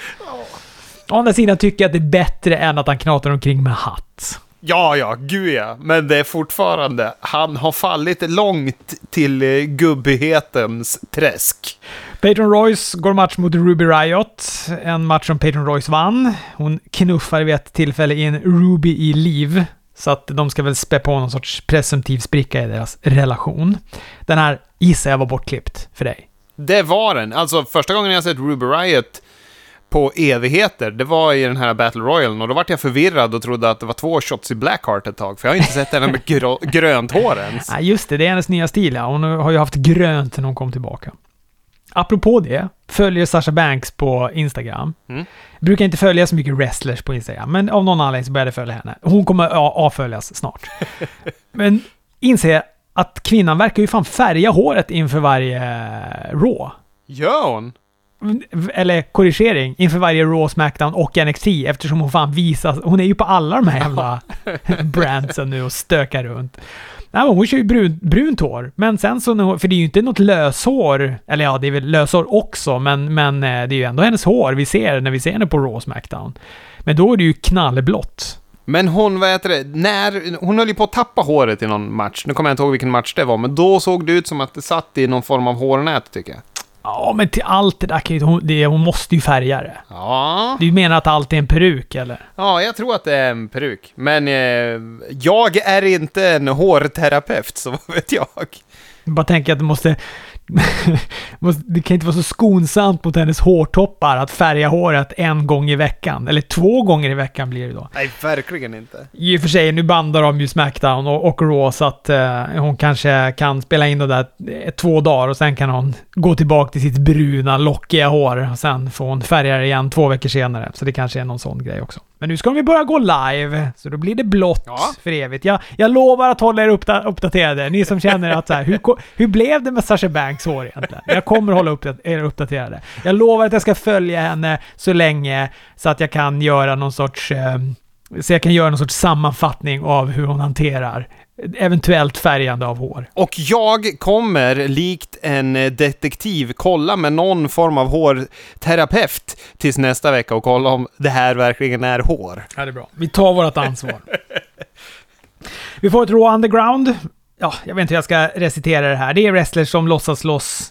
S1: Å andra sidan tycker jag att det är bättre än att han knatar omkring med hatt.
S2: Ja, ja, gud ja. Men det är fortfarande, han har fallit långt till eh, gubbighetens träsk.
S1: Peyton Royce går match mot Ruby Riott. En match som Peyton Royce vann. Hon knuffar vid ett tillfälle in Ruby i liv. Så att de ska väl spä på någon sorts presumtiv spricka i deras relation. Den här gissar jag var bortklippt för dig.
S2: Det var den. Alltså första gången jag sett Ruby Riott på evigheter, det var i den här Battle Royale, och då var jag förvirrad och trodde att det var två shots i Blackheart ett tag, för jag har inte sett henne med grå- grönt hår ens.
S1: Ja, just det, det är hennes nya stil. Ja. Hon har ju haft grönt när hon kom tillbaka. Apropå det, följer Sasha Banks på Instagram.
S2: Mm.
S1: Brukar inte följa så mycket wrestlers på Instagram, men av någon anledning så började jag följa henne. Hon kommer avföljas snart. Men inser att kvinnan verkar ju fan färga håret inför varje Raw.
S2: Gör hon?
S1: Eller korrigering, inför varje Raw, Smackdown och N X T, eftersom hon fan visar, hon är ju på alla de här jävla brandsen nu och stökar runt. Nej, hon kör ju brun, brunt hår, men sen så, för det är ju inte något löshår, eller ja, det är väl löshår också, men, men det är ju ändå hennes hår vi ser när vi ser henne på Raw, Smackdown. Men då är det ju knallblått.
S2: Men hon, vad heter det, när, hon höll ju på att tappa håret i någon match. Nu kommer jag inte ihåg vilken match det var, men då såg det ut som att det satt i någon form av hårnät, tycker jag.
S1: Ja, men till allt det där kan ju, hon, det, hon måste ju färga det.
S2: Ja.
S1: Du menar att allt är en peruk, eller?
S2: Ja, jag tror att det är en peruk. Men eh, jag är inte en hårterapeut, så vad vet jag?
S1: Jag bara tänker att det måste... det kan inte vara så skonsamt mot hennes hårtoppar att färga håret en gång i veckan. Eller två gånger i veckan blir det då.
S2: Nej, verkligen inte.
S1: I och för sig, nu bandar de ju Smackdown och, och Raw, så att uh, hon kanske kan spela in det där eh, två dagar och sen kan hon gå tillbaka till sitt bruna, lockiga hår och sen får hon färga det igen två veckor senare. Så det kanske är någon sån grej också. Men nu ska de ju börja gå live, så då blir det blått ja. för evigt. Jag, jag lovar att hålla er uppda- uppdaterade. Ni som känner att så här, hur, hur blev det med Sasha Banks hår egentligen? Jag kommer hålla upp, er uppdaterade. Jag lovar att jag ska följa henne så länge så att jag kan göra någon sorts eh, så jag kan göra någon sorts sammanfattning av hur hon hanterar eventuellt färgande av hår.
S2: Och jag kommer likt en detektiv kolla med någon form av hårterapeut tills nästa vecka och kolla om det här verkligen är hår.
S1: Ja, det är bra. Vi tar vårt ansvar. Vi får ett Raw Underground. Ja, jag vet inte hur jag ska recitera det här. Det är wrestlers som låtsas slåss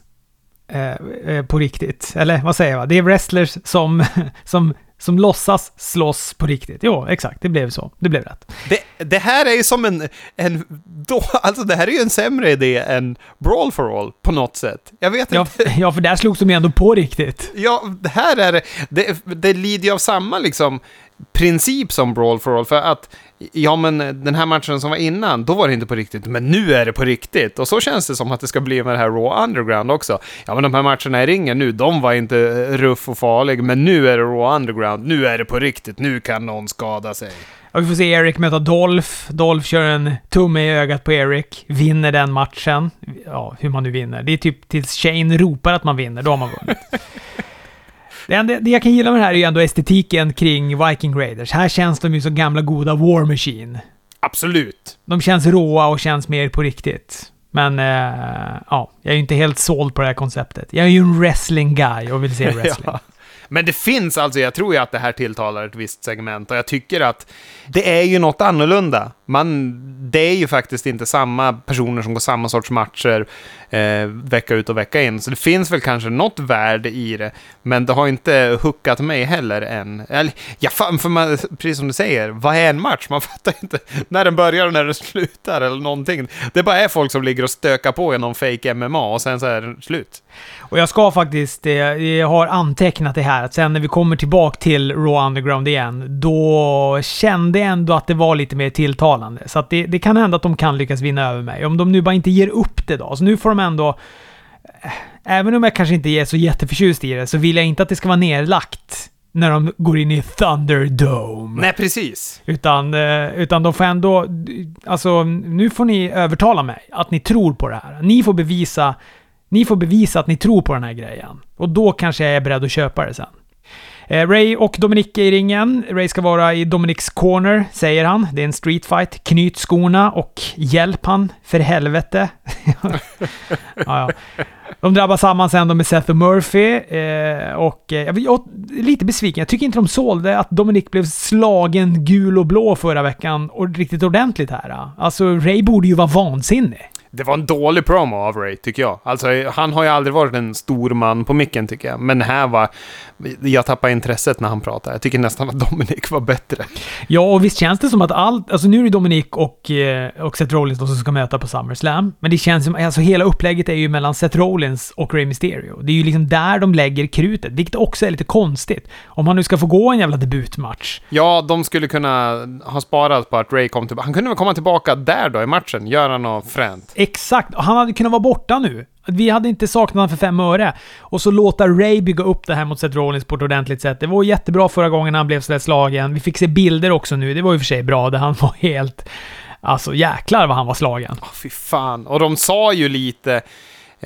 S1: eh, på riktigt. Eller vad säger jag? Det är wrestlers som, som, som låtsas slåss på riktigt. Jo, exakt. Det blev så. Det blev rätt.
S2: Det, det här är ju som en... en då, alltså det här är ju en sämre idé än Brawl for All på något sätt. Jag vet
S1: ja,
S2: inte.
S1: Ja, för där slogs de ju ändå på riktigt.
S2: Ja, det här är... Det, det lider ju av samma liksom princip som Brawl for All, för att ja, men den här matchen som var innan, då var det inte på riktigt, men nu är det på riktigt, och så känns det som att det ska bli med det här Raw Underground också. Ja, men de här matcherna i ringen nu, de var inte ruff och farlig, men nu är det Raw Underground, nu är det på riktigt, nu kan någon skada sig.
S1: Ja, vi får se Eric möta Dolph. Dolph kör en tumme i ögat på Eric, vinner den matchen. Ja, hur man nu vinner. Det är typ tills Shane ropar att man vinner, då har man vunnit. Det, enda, det jag kan gilla med det här är ju ändå estetiken kring Viking Raiders. Här känns de ju så gamla goda War Machine.
S2: Absolut.
S1: De känns råa och känns mer på riktigt. Men äh, ja, jag är ju inte helt såld på det här konceptet. Jag är ju en wrestling guy och vill se wrestling. Ja.
S2: Men det finns alltså, jag tror ju att det här tilltalar ett visst segment, och jag tycker att det är ju något annorlunda. Man, det är ju faktiskt inte samma personer som går samma sorts matcher eh, vecka ut och vecka in. Så det finns väl kanske något värde i det, men det har inte hookat mig heller än. Eller, ja, fan, för man, precis som du säger, vad är en match? Man fattar inte när den börjar och när den slutar eller någonting. Det bara är folk som ligger och stökar på i någon fake M M A och sen så är det slut. Och
S1: jag ska faktiskt, jag har antecknat det här, att sen när vi kommer tillbaka till Raw Underground igen, då kände jag ändå att det var lite mer tilltalande. Så att det, det kan hända att de kan lyckas vinna över mig. Om de nu bara inte ger upp det då. Så nu får de ändå, även om jag kanske inte är så jätteförtjust i det, så vill jag inte att det ska vara nerlagt när de går in i Thunderdome.
S2: Nej, precis.
S1: Utan, utan de får ändå, alltså nu får ni övertala mig att ni tror på det här. Ni får bevisa Ni får bevisa att ni tror på den här grejen. Och då kanske jag är beredd att köpa det sen. Eh, Ray och Dominic i ringen. Ray ska vara i Dominics corner, säger han. Det är en street fight. Knyt skorna och hjälp han, för helvete. ja, ja. De drabbar samman sen med Seth och Murphy. Eh, och eh, jag är lite besviken. Jag tycker inte de sålde att Dominic blev slagen gul och blå förra veckan. Och riktigt ordentligt här. Alltså, Ray borde ju vara vansinnig.
S2: Det var en dålig promo av Ray, tycker jag. Alltså, han har ju aldrig varit en stor man på micken, tycker jag. Men här var... Jag tappade intresset när han pratade. Jag tycker nästan att Dominic var bättre.
S1: Ja, och visst känns det som att allt... Alltså nu är det Dominic och, och Seth Rollins som ska möta på SummerSlam. Men det känns som... Alltså hela upplägget är ju mellan Seth Rollins och Rey Mysterio. Det är ju liksom där de lägger krutet. Vilket också är lite konstigt. Om han nu ska få gå en jävla debutmatch.
S2: Ja, de skulle kunna ha sparat på att Ray kom tillbaka. Han kunde väl komma tillbaka där då i matchen. Göra något fränt.
S1: Exakt, han hade kunnat vara borta nu. Vi hade inte saknat honom för fem öre. Och så låta Ray bygga upp det här mot Seth Rollins på ett ordentligt sätt. Det var jättebra förra gången han blev så där slagen. Vi fick se bilder också nu. Det var ju för sig bra, där han var helt... Alltså jäklar vad han var slagen.
S2: Oh, fy fan. Och de sa ju lite eh,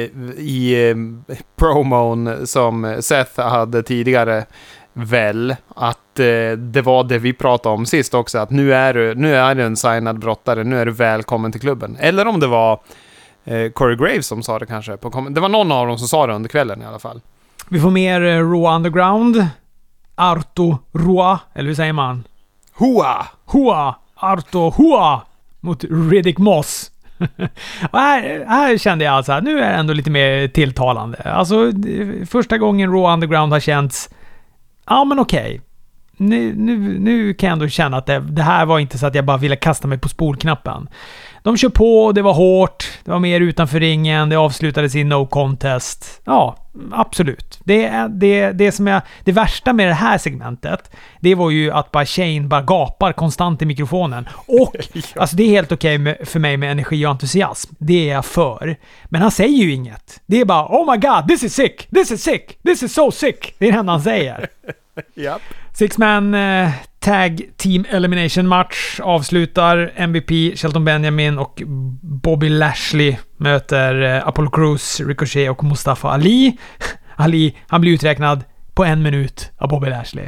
S2: i eh, promon som Seth hade tidigare väl, att eh, det var det vi pratade om sist också, att nu är du, nu är du en signad brottare, nu är du välkommen till klubben. Eller om det var eh, Corey Graves som sa det kanske. På kom- det var någon av dem som sa det under kvällen i alla fall.
S1: Vi får mer eh, Raw Underground. Arto Roa, eller hur säger man?
S2: Hoa!
S1: Hoa! Arto Hoa! Mot Riddick Moss. Och här, här kände jag alltså att nu är det ändå lite mer tilltalande. Alltså första gången Raw Underground har känts, ja men okej. Okay. Nu, nu, nu kan jag ändå känna att det, det här var inte så att jag bara ville kasta mig på spolknappen. De kör på, det var hårt, det var mer utanför ringen, det avslutades i no contest. Ja, absolut. Det, det, det, som är, det värsta med det här segmentet, det var ju att bara Shane bara gapar konstant i mikrofonen. Och ja. Alltså det är helt okej okay för mig med energi och entusiasm. Det är jag för. Men han säger ju inget. Det är bara, oh my god, this is sick, this is sick, this is so sick. Det är det enda han säger.
S2: Yep.
S1: Six-man eh, tag team elimination match avslutar. M V P, Shelton Benjamin och Bobby Lashley möter eh, Apollo Crews, Ricochet och Mustafa Ali. Ali, han blir uträknad på en minut av Bobby Lashley.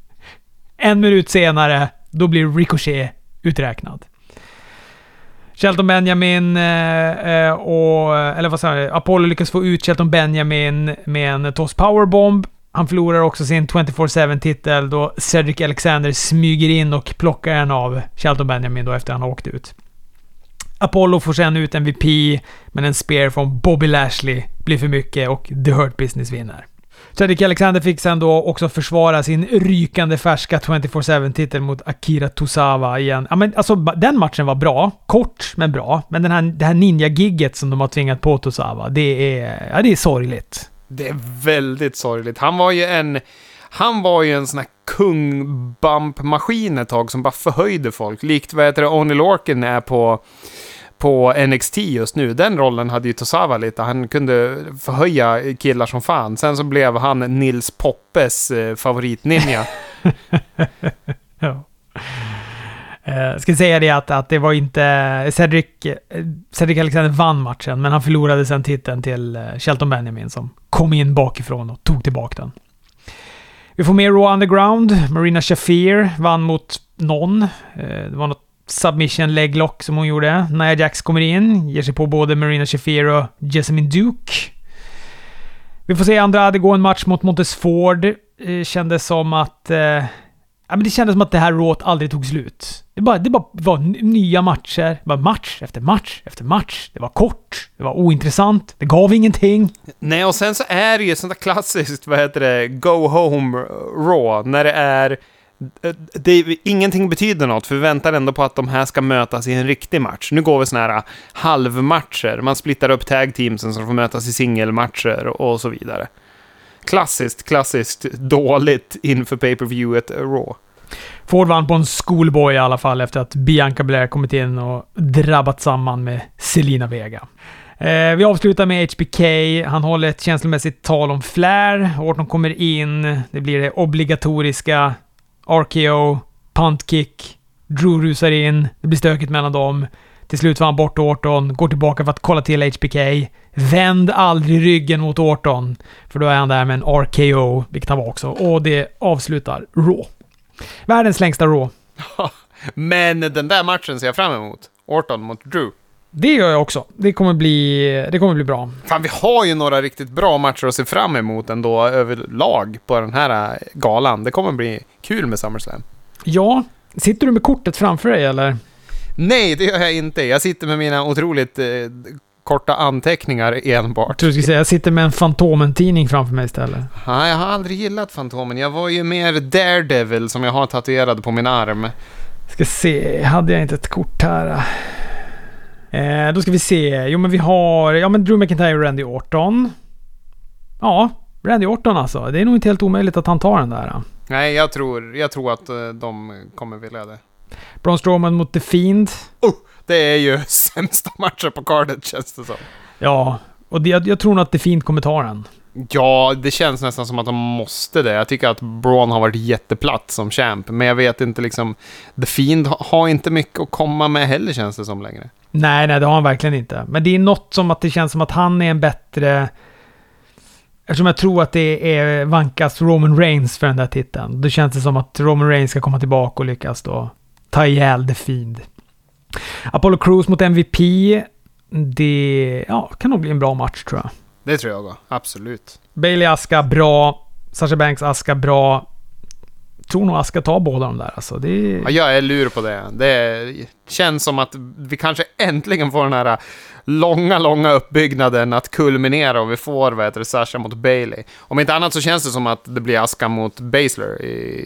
S1: En minut senare, då blir Ricochet uträknad. Shelton Benjamin eh, och, eller vad säger jag, Apollo lyckas få ut Shelton Benjamin med en toss powerbomb. Han förlorar också sin tjugofyra sju titel då Cedric Alexander smyger in och plockar en av Shelton Benjamin då efter han har åkt ut. Apollo får sen ut M V P, men en spear från Bobby Lashley blir för mycket och The Hurt Business vinner. Cedric Alexander fick sen då också försvara sin rykande färska tjugofyra sju titel mot Akira Tozawa igen. Ja, men alltså den matchen var bra, kort men bra, men den här, det här ninja-gigget som de har tvingat på Tozawa, det är, ja, det är sorgligt.
S2: Det är väldigt sorgligt. Han var ju en han var ju en sån här kung-bump-maskin ett tag som bara förhöjde folk. Likt vad heter det, Oney Lorcan är på, på N X T just nu. Den rollen hade ju Tozawa lite. Han kunde förhöja killar som fan. Sen så blev han Nils Poppes eh, favoritninja.
S1: Ja. Uh, ska säga det att, att det var inte Cedric, Cedric Alexander vann matchen, men han förlorade sen titeln till uh, Shelton Benjamin som kom in bakifrån och tog tillbaka den. Vi får mer Raw Underground. Marina Shafir vann mot någon. Uh, det var något submission leglock som hon gjorde. Nia Jax kommer in, ger sig på både Marina Shafir och Jessamine Duke. Vi får se Andrade gå en match mot Montez Ford. Uh, kändes som att uh, Ja, men det kändes som att det här Raw aldrig tog slut. Det bara, det bara var nya matcher. Det var match efter match efter match. Det var kort. Det var ointressant. Det gav ingenting.
S2: Nej, och sen så är det ju sånt där klassiskt, vad heter det, go home Raw. När det är... Det, ingenting betyder något, för vi väntar ändå på att de här ska mötas i en riktig match. Nu går vi såna här halvmatcher. Man splittar upp tag teamsen så de får mötas i singelmatcher och så vidare. Klassiskt, klassiskt dåligt inför pay-per-viewet Raw.
S1: Ford vann på en schoolboy i alla fall efter att Bianca Belair kommit in och drabbat samman med Selena Vega. Eh, vi avslutar med H B K. Han håller ett känslomässigt tal om Flair. Orton kommer in. Det blir det obligatoriska R K O, puntkick. Drew rusar in. Det blir stökigt mellan dem. Till slut var han bort Orton, går tillbaka för att kolla till H B K. Vänd aldrig ryggen mot Orton, för då är han där med en R K O, vilket han var också. Och det avslutar Raw. Världens längsta Raw.
S2: Men den där matchen ser jag fram emot. Orton mot Drew.
S1: Det gör jag också. Det kommer bli, det kommer bli bra.
S2: Fan, vi har ju några riktigt bra matcher att se fram emot ändå överlag på den här galan. Det kommer bli kul med SummerSlam.
S1: Ja, sitter du med kortet framför dig eller?
S2: Nej, det gör jag inte. Jag sitter med mina otroligt eh, korta anteckningar enbart.
S1: Jag tror du skulle säga, jag sitter med en Fantomen-tidning framför mig istället.
S2: Ja, jag har aldrig gillat Fantomen. Jag var ju mer Daredevil som jag har tatuerad på min arm.
S1: Ska se, hade jag inte ett kort här? Eh, då ska vi se. Jo, men vi har... Ja, men Drew McIntyre och Randy Orton. Ja, Randy Orton alltså. Det är nog inte helt omöjligt att han tar den där.
S2: Nej, jag tror, jag tror att de kommer vilja det.
S1: Braun Strowman mot The Fiend.
S2: Oh, det är ju sämsta matchen på cardet, känns det som.
S1: Ja, och det, jag, jag tror nog att The Fiend kommer ta den.
S2: Ja, det känns nästan som att de måste det. Jag tycker att Braun har varit jätteplatt som champ, men jag vet inte liksom, The Fiend har inte mycket att komma med heller, känns det som längre.
S1: Nej, nej, det har han verkligen inte. Men det är något som att det känns som att han är en bättre... Eftersom jag tror att det är vankas Roman Reigns för den där titeln. Då känns det som att Roman Reigns ska komma tillbaka och lyckas då ta ihjäl The Fiend. Apollo Crews mot M V P. Det ja, kan nog bli en bra match, tror jag.
S2: Det tror jag, absolut.
S1: Bailey Asuka, bra. Sasha Banks, Asuka, bra. Tror nog Asuka tar båda de där. Alltså, det är...
S2: Ja, jag är lur på det. Det känns som att vi kanske äntligen får den här långa, långa uppbyggnaden att kulminera och vi får, vad heter det, Sasha mot Bailey. Om inte annat så känns det som att det blir Asuka mot Baszler i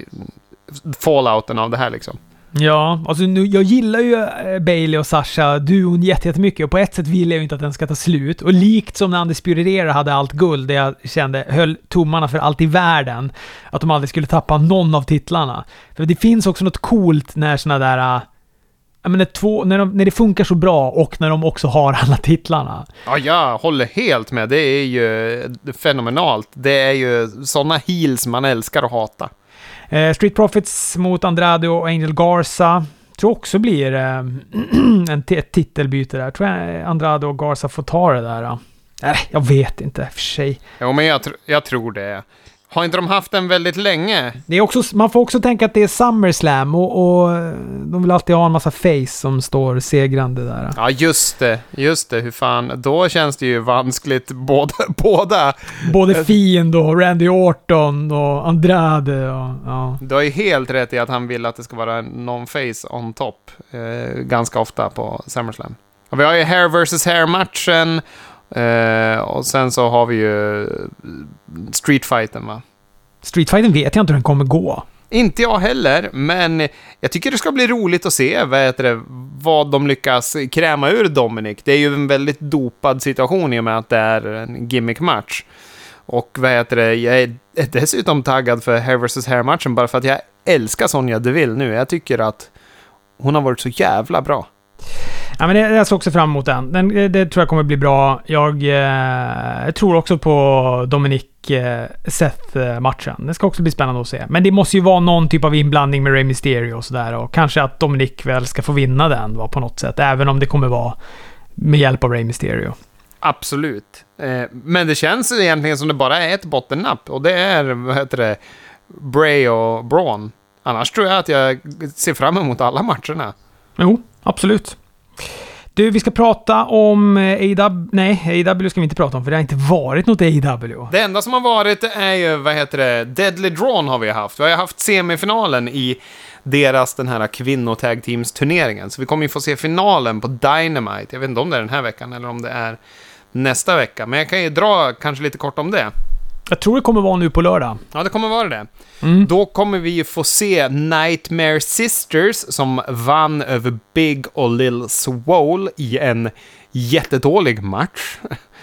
S2: fallouten av det här liksom.
S1: Ja, alltså nu, jag gillar ju Bailey och Sasha duon jättemycket och på ett sätt vill jag ju inte att den ska ta slut. Och likt som när Undisputed Era hade allt guld, där jag kände höll tummarna för allt i världen, att de aldrig skulle tappa någon av titlarna. För det finns också något coolt när såna där... Jag menar, två, när, de, när det funkar så bra och när de också har alla titlarna.
S2: Ja, jag håller helt med. Det är ju fenomenalt. Det är ju såna heels man älskar att hata.
S1: Eh, Street Profits mot Andrade och Angel Garza. Tror också blir eh, en t- ett titelbyte där. Tror jag Andrade och Garza får ta det där. Då. Äh, jag vet inte för sig.
S2: Jo, men jag, tr- jag tror det. Har inte de haft den väldigt länge?
S1: Det är också, man får också tänka att det är SummerSlam och, och de vill alltid ha en massa face som står segrande där.
S2: Ja, just det. Just det. Hur fan. Då känns det ju vanskligt båda. båda.
S1: Både Fiend och Randy Orton och Andrade. Och, ja.
S2: Du har ju helt rätt i att han vill att det ska vara någon face on top. Eh, ganska ofta på SummerSlam. Och vi har ju hair versus hair-matchen. Uh, och sen så har vi ju Streetfighten, va?
S1: Streetfighten vet jag inte hur den kommer gå.
S2: Inte jag heller, men jag tycker det ska bli roligt att se vad, heter det, vad de lyckas kräma ur Dominic. Det är ju en väldigt dopad situation i och med att det är en gimmick-match. Och vad heter det, jag är dessutom taggad för hair versus hair-matchen bara för att jag älskar Sonya Deville nu. Jag tycker att hon har varit så jävla bra.
S1: Ja, men det, jag ser också fram emot den. den det, det tror jag kommer bli bra. Jag, eh, jag tror också på Dominic eh, Seth-matchen. Det ska också bli spännande att se. Men det måste ju vara någon typ av inblandning med Rey Mysterio och sådär. Och kanske att Dominic väl ska få vinna den va, på något sätt. Även om det kommer vara med hjälp av Rey Mysterio.
S2: Absolut. Eh, men det känns egentligen som det bara är ett bottennapp. Och det är, vad heter det, Bray och Braun. Annars tror jag att jag ser fram emot alla matcherna.
S1: Jo, absolut. Du, vi ska prata om A E W. Nej, A E W ska vi inte prata om för det har inte varit något A E W.
S2: Det enda som har varit är ju, vad heter det, Deadly Drawn har vi haft. Vi har ju haft semifinalen i deras den här kvinnotag teams turneringen. Så vi kommer ju få se finalen på Dynamite. Jag vet inte om det är den här veckan eller om det är nästa vecka. Men jag kan ju dra kanske lite kort om det.
S1: Jag tror det kommer vara nu på lördag.
S2: Ja, det kommer vara det.
S1: Mm.
S2: Då kommer vi ju få se Nightmare Sisters som vann över Big och Lil Swole i en jättedålig match.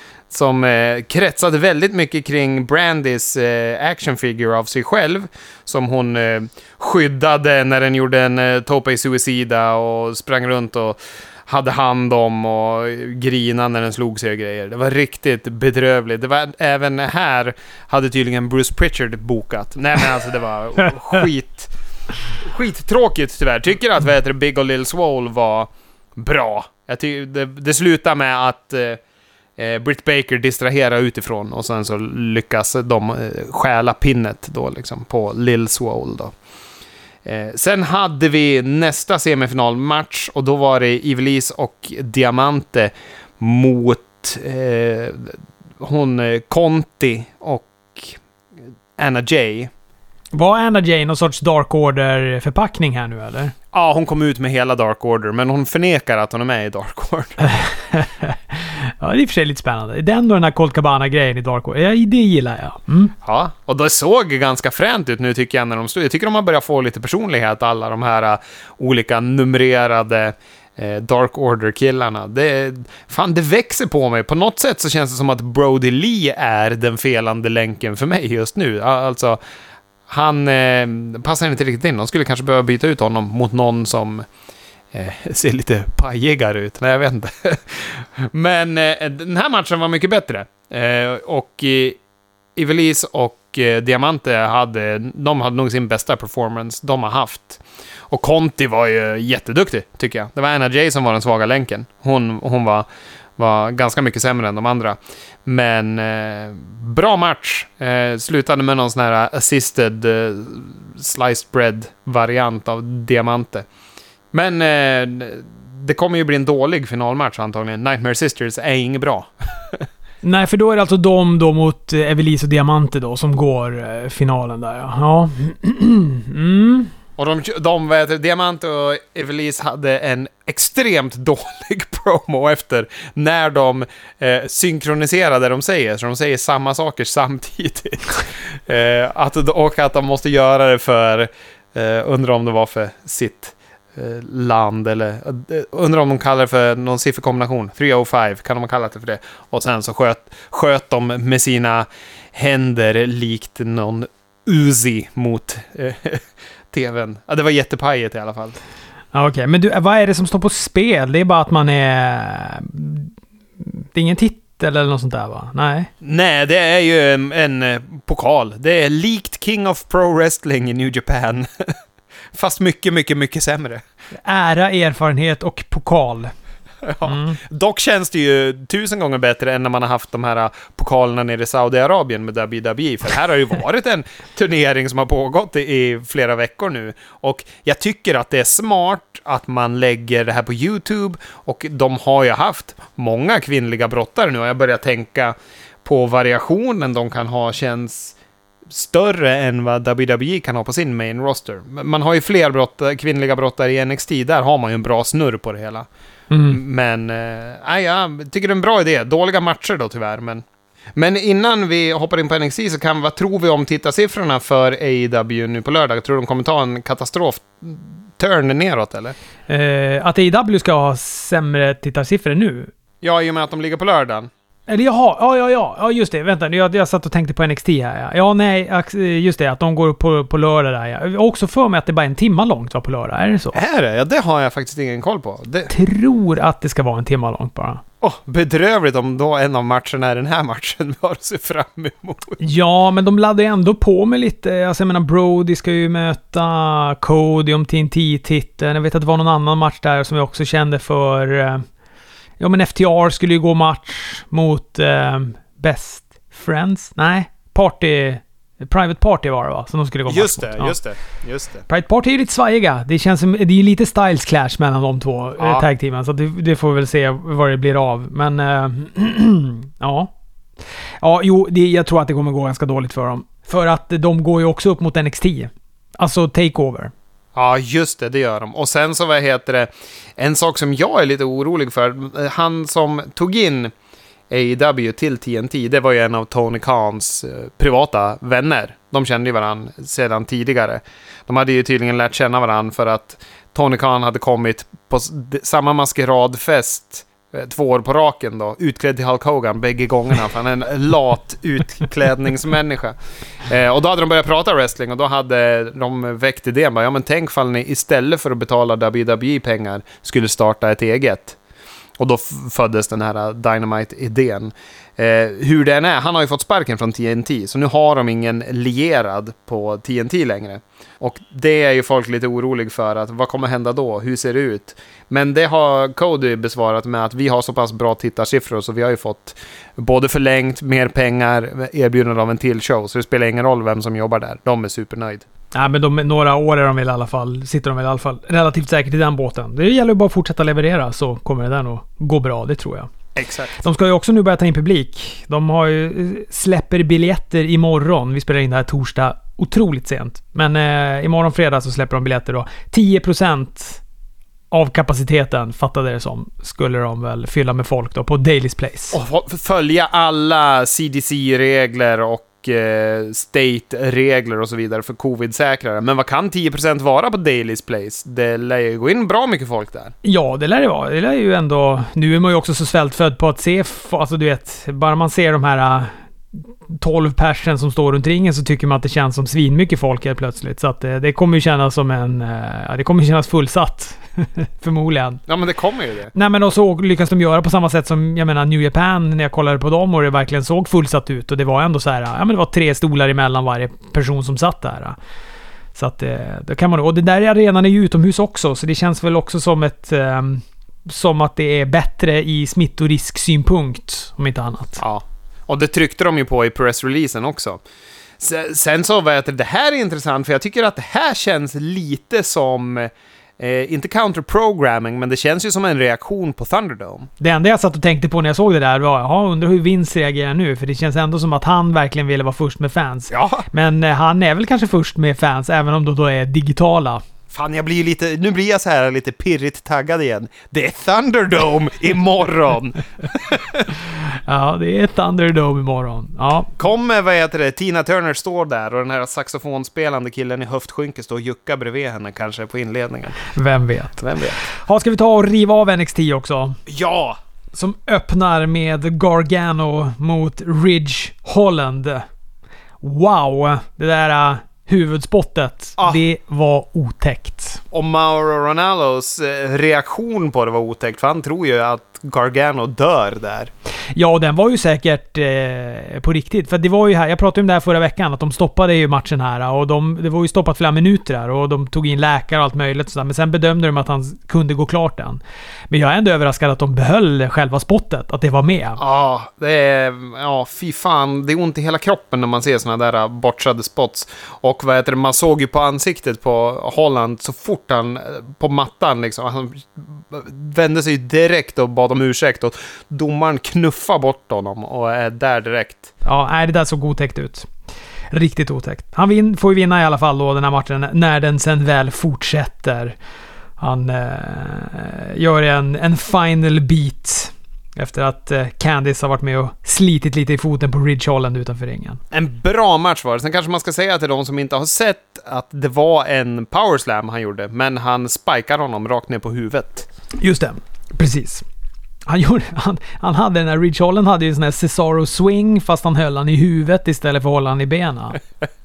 S2: Som eh, kretsade väldigt mycket kring Brandys eh, actionfigure av sig själv. Som hon eh, skyddade när den gjorde en eh, Tope Suicida och sprang runt och hade hand om och grina när den slog sig och grejer. Det var riktigt bedrövligt. Det var även här hade tydligen Bruce Pritchard bokat. Nej men alltså det var skit skittråkigt tyvärr. Tycker att vad heter det, Big och Lil Swole var bra. Jag ty- det, det slutar med att eh, Britt Baker distraherar utifrån och sen så lyckas de eh, stjäla pinnet då liksom på Lil Swole då. Eh, sen hade vi nästa semifinalmatch och då var det Ivelisse och Diamante mot eh, hon eh, Conti och Anna Jay.
S1: Var Anna Jay någon sorts Dark Order-förpackning här nu, eller?
S2: Ja, hon kom ut med hela Dark Order, men hon förnekar att hon är med i Dark Order.
S1: Ja, det är i och för sig lite spännande. Det är ändå den här Colt Cabana-grejen i Dark Order. Ja, det gillar jag. Mm.
S2: Ja, och det såg ganska fränt ut nu tycker jag när de stod. Jag tycker de har börjat få lite personlighet, alla de här uh, olika numrerade uh, Dark Order-killarna. Det, fan, det växer på mig. På något sätt så känns det som att Brody Lee är den felande länken för mig just nu. Alltså, han eh, passar inte riktigt in. De skulle kanske behöva byta ut honom mot någon som eh, ser lite pajigare ut. Nej, jag vet inte. Men eh, den här matchen var mycket bättre. Eh, och eh, Ivelisse och eh, Diamante hade, de hade nog sin bästa performance de har haft. Och Conti var ju jätteduktig, tycker jag. Det var Anna Jay som var den svaga länken. Hon, hon var, var ganska mycket sämre än de andra. Men eh, bra match. Eh, slutade med någon sån här assisted eh, sliced bread-variant av Diamante. Men eh, det kommer ju bli en dålig finalmatch antagligen. Nightmare Sisters är inget bra.
S1: Nej, för då är det alltså de då mot Evelise och Diamante då som går eh, finalen där, ja. Ja. Mm.
S2: Och de, de vet, Diamante och Evelise hade en extremt dålig promo efter när de eh, synkroniserade det de säger. Så de säger samma saker samtidigt. eh, att, och att de måste göra det för, eh, undrar om det var för sitt eh, land eller eh, undrar om de kallar det för någon sifferkombination. trehundrafem kan de kalla det för det. Och sen så sköt, sköt de med sina händer likt någon Uzi mot eh, tvn. Ja, det var jättepajigt i alla fall.
S1: Ja, okej. Okay. Men du, vad är det som står på spel? Det är bara att man är... Det är ingen titel eller något sånt där, va? Nej.
S2: Nej, det är ju en, en pokal. Det är likt King of Pro Wrestling i New Japan. Fast mycket, mycket, mycket sämre.
S1: Ära, erfarenhet och pokal.
S2: Ja. Mm. Dock känns det ju tusen gånger bättre än när man har haft de här pokalerna nere i Saudiarabien med W W E. För här har ju varit en turnering som har pågått i flera veckor nu. Och jag tycker att det är smart att man lägger det här på YouTube. Och de har ju haft många kvinnliga brottare nu. Och jag börjar tänka på variationen de kan ha känns större än vad W W E kan ha på sin main roster. Man har ju fler brottare, kvinnliga brottare i N X T. Där har man ju en bra snurr på det hela. Mm. Men äh, jag tycker det är en bra idé. Dåliga matcher då tyvärr. Men, men innan vi hoppar in på N X T så kan vad tror vi om tittarsiffrorna för A E W nu på lördag? Jag tror de kommer ta en katastrof turn neråt eller?
S1: Eh, att A E W ska ha sämre tittarsiffror nu?
S2: Ja, i och med att de ligger på lördagen.
S1: Eller jaha, ja, ja, ja, ja, just det, vänta, jag, jag satt och tänkte på N X T här, ja. Ja, nej, just det, att de går på, på lördag där, ja. Jag har också för mig att det bara är en timma långt var på lördag, är det så?
S2: Är det? Ja, det har jag faktiskt ingen koll på. Det...
S1: Tror att det ska vara en timma långt bara.
S2: Åh, oh, bedrövligt om då en av matcherna är den här matchen vi har att se fram emot.
S1: Ja, men de laddar ändå på med lite, alltså jag menar, Brody ska ju möta Cody om T N T-titeln, jag vet att det var någon annan match där som jag också kände för... Ja, men F T R skulle ju gå match mot eh, Best Friends. Nej, Party... Private Party var det, va? Så de skulle gå match
S2: just det,
S1: mot. Ja.
S2: Just det, just det.
S1: Private Party är ju lite svajiga. Det känns som... Det är ju lite styles clash mellan de två ja. tag-teamen. Så det, det får vi väl se vad det blir av. Men... Äh, ja. Ja, jo, det, jag tror att det kommer gå ganska dåligt för dem. För att de går ju också upp mot N X T. Alltså Takeover.
S2: Ja, just det, det gör de. Och sen så, vad heter det, en sak som jag är lite orolig för, han som tog in A E W till T N T, det var ju en av Tony Khans eh, privata vänner. De kände ju varandra sedan tidigare. De hade ju tydligen lärt känna varandra för att Tony Khan hade kommit på samma maskeradfest två år på raken då, utklädd till Hulk Hogan bägge gångerna, för han är en lat utklädningsmänniska. Eh, och då hade de börjat prata wrestling och då hade de väckt idén, bara, ja men tänk fall ni istället för att betala W W E-pengar skulle starta ett eget. Och då f- föddes den här Dynamite-idén. Eh, hur den är, han har ju fått sparken från T N T, så nu har de ingen lierad på T N T längre. Och det är ju folk lite orolig för, att vad kommer hända då? Hur ser det ut? Men det har Cody besvarat med att vi har så pass bra tittarsiffror så vi har ju fått både förlängt, mer pengar, erbjudande av en till show, så det spelar ingen roll vem som jobbar där. De är supernöjd.
S1: Ja, men de, några år är de väl i alla fall, sitter de väl i alla fall relativt säkert i den båten. Det gäller ju bara att fortsätta leverera, så kommer det där nog gå bra, det tror jag.
S2: Exakt.
S1: De ska ju också nu börja ta in publik. De har ju, släpper biljetter imorgon. Vi spelar in det här torsdag otroligt sent. Men eh, imorgon fredag så släpper de biljetter då. tio procent av kapaciteten, fattade det som, skulle de väl fylla med folk då på Daily's Place.
S2: Och följa alla C D C-regler och eh, state-regler och så vidare för covid-säkrare. Men vad kan tio procent vara på Daily's Place? Det lär ju gå in bra mycket folk där.
S1: Ja, det lär det vara. Det lär ju ändå... Nu är man ju också så svältfödd på att se... Alltså du vet, bara man ser de här tolv personer som står runt ringen så tycker man att det känns som svinmycket folk helt plötsligt. Så att det, det kommer ju kännas som en... Ja, det kommer ju kännas fullsatt. Förmodligen.
S2: Ja, men det kommer ju det.
S1: Nej, men och så lyckas de göra på samma sätt som, jag menar, New Japan, när jag kollade på dem och det verkligen såg fullsatt ut. Och det var ändå så här, ja men det var tre stolar emellan varje person som satt där. Så att då kan man... Och det där arenan är ju utomhus också, så det känns väl också som ett... Um, som att det är bättre i smittorisksynpunkt, om inte annat.
S2: Ja. Och det tryckte de ju på i pressreleasen också. Sen så vet jag att det här är intressant, för jag tycker att det här känns lite som, eh, inte counterprogramming, men det känns ju som en reaktion på Thunderdome.
S1: Det enda jag satt och tänkte på när jag såg det där var, ja, undrar hur Vince reagerar nu, för det känns ändå som att han verkligen ville vara först med fans.
S2: Ja.
S1: Men eh, han är väl kanske först med fans, även om de då är digitala.
S2: Fan, jag blir lite, nu blir jag så här lite pirrigt taggad igen. Det är Thunderdome imorgon!
S1: Ja, det är Thunderdome imorgon. Ja.
S2: Kommer, vad heter det, Tina Turner står där och den här saxofonspelande killen i höftskynke står och juckar bredvid henne kanske på inledningen.
S1: Vem vet?
S2: Vem vet?
S1: Ja, ska vi ta och riva av N X T också?
S2: Ja!
S1: Som öppnar med Gargano mot Ridge Holland. Wow! Det där... Uh, huvudspottet, ah. Det var otäckt.
S2: Och Mauro Ranallos reaktion på det var otäckt, för han tror ju att Gargano dör där.
S1: Ja, och den var ju säkert eh, på riktigt. För det var ju här, jag pratade om det här förra veckan, att de stoppade ju matchen här och de, det var ju stoppat flera minuter här och de tog in läkare och allt möjligt sådär, men sen bedömde de att han kunde gå klart den. Men jag är ändå överraskad att de behöll själva spottet, att det var med.
S2: Ja, det är, ja, fy fan, det är ont i hela kroppen när man ser såna där bortsade spots. Och vad heter det, man såg ju på ansiktet på Holland så fort han på mattan liksom, han vände sig direkt och bad om ursäkt och domaren knuffar bort honom och är där direkt.
S1: Ja, nej, det där såg otäckt ut. Riktigt otäckt. Han vin, får ju vinna i alla fall då den här matchen när den sen väl fortsätter. Han eh, gör en, en final beat efter att eh, Candice har varit med och slitit lite i foten på Ridge Holland utanför ringen.
S2: En bra match var det. Sen kanske man ska säga till de som inte har sett att det var en powerslam han gjorde, men han spikar honom rakt ner på huvudet.
S1: Just det, precis. Han, gjorde, han, han hade den här, Ridge Holland hade ju en sån här Cesaro swing, fast han höll han i huvudet istället för att hålla han i benen.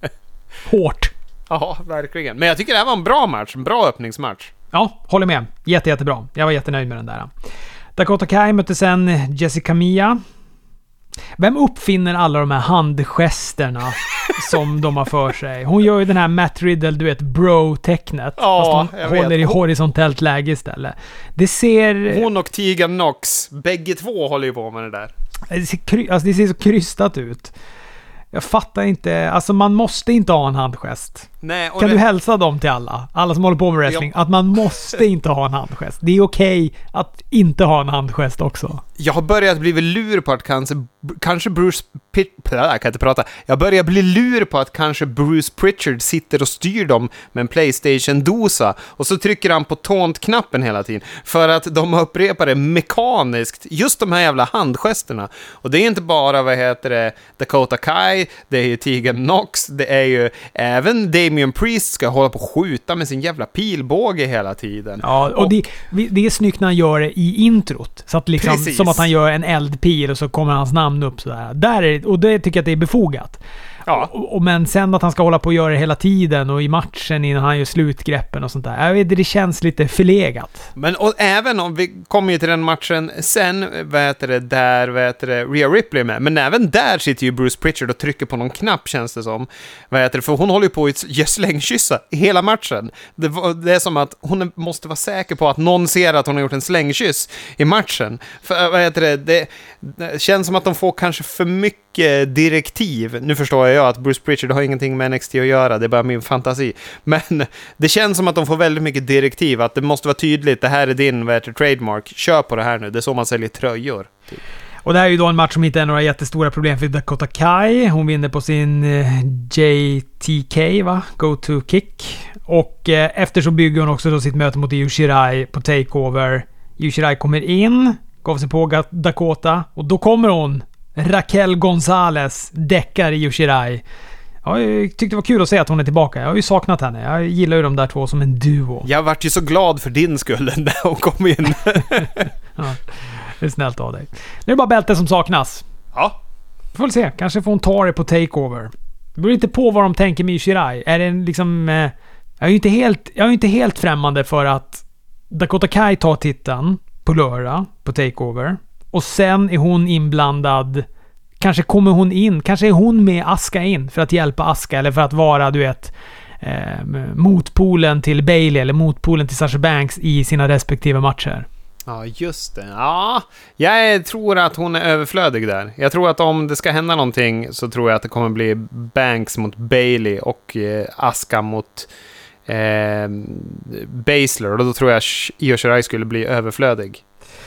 S1: Hårt.
S2: Ja, verkligen. Men jag tycker det här var en bra match, en bra öppningsmatch.
S1: Ja, håller med. Jätte, jättebra. Jag var jättenöjd med den där. Dakota Kai mötte sen Jessica Mia. Vem uppfinner alla de här handgesterna som de har för sig? Hon gör ju den här Matt Riddle, du vet, bro-tecknet.
S2: Ja,
S1: fast hon håller vet. i horisontellt läge istället. Det ser...
S2: Hon och Tegan Knox, bägge två håller ju på med det där.
S1: Det ser, kry... alltså, det ser så krystat ut. Jag fattar inte, alltså man måste inte ha en handgest.
S2: Nej, och
S1: kan
S2: det...
S1: du hälsa dem till alla, alla som håller på med wrestling, ja. Att man måste inte ha en handgest. Det är okej att inte ha en handgest också.
S2: Jag har börjat bli lur på att kanske, kanske Bruce Pitt, jag kan inte prata. Jag börjar bli lur på att kanske Bruce Pritchard sitter och styr dem med en PlayStation-dosa och så trycker han på taunt-knappen hela tiden för att de upprepar det mekaniskt, just de här jävla handgesterna. Och det är inte bara, vad heter det, Dakota Kai, det är ju Tegan Knox, det är ju även Damian Priest ska hålla på och skjuta med sin jävla pilbåge hela tiden.
S1: Ja, och, och det, det är snyggt när han gör det i introt, så att liksom, som att han gör en eldpil och så kommer hans namn upp sådär. Där är, och det tycker jag att det är befogat. Ja. Och, och, men sen att han ska hålla på och göra det hela tiden och i matchen innan han gör slutgreppen och sånt där. Jag vet, det känns lite förlegat.
S2: Men och även om vi kommer ju till den matchen sen, vet det, där vet det, Rhea Ripley med. Men även där sitter ju Bruce Pritchard och trycker på någon knapp, känns det som. Vet det, för hon håller ju på att ge slängkyssa hela matchen. Det, det är som att hon måste vara säker på att någon ser att hon har gjort en slängkyss i matchen. För vet det, det, det känns som att de får kanske för mycket direktiv. Nu förstår jag att Bruce Pritchard har ingenting med N X T att göra, det är bara min fantasi. Men det känns som att de får väldigt mycket direktiv, att det måste vara tydligt, det här är din vet du, trademark, kör på det här nu, det är så man säljer tröjor. Typ.
S1: Och det här är ju då en match som inte är några jättestora problem för Dakota Kai. Hon vinner på sin J T K, va? Go to kick. Och eh, efter så bygger hon också då sitt möte mot Io Shirai på takeover. Io Shirai kommer in, gav sig på Dakota och då kommer hon, Raquel Gonzalez, däckar Io Shirai. Ja, jag tyckte det var kul att se att hon är tillbaka. Jag har ju saknat henne. Jag gillar ju de där två som en duo.
S2: Jag vart ju så glad för din skull när hon kom in.
S1: Ja, det är snällt av dig. Nu är det bara bältet som saknas.
S2: Ja.
S1: Får väl se. Kanske får hon ta det på takeover. Det beror lite på vad de tänker med Shirai. Är det liksom... Eh, jag är ju inte helt, jag är inte helt främmande för att Dakota Kai tar titeln på lördag på takeover. Och sen är hon inblandad. Kanske kommer hon in. Kanske är hon med Asuka in för att hjälpa Asuka. Eller för att vara, du vet... Eh, motpolen till Bayley eller motpolen till Sasha Banks i sina respektive matcher.
S2: Ja, just det. Ja, jag tror att hon är överflödig där. Jag tror att om det ska hända någonting så tror jag att det kommer bli Banks mot Bayley och eh, Asuka mot eh, Baszler. Och då tror jag Io Shirai skulle bli överflödig.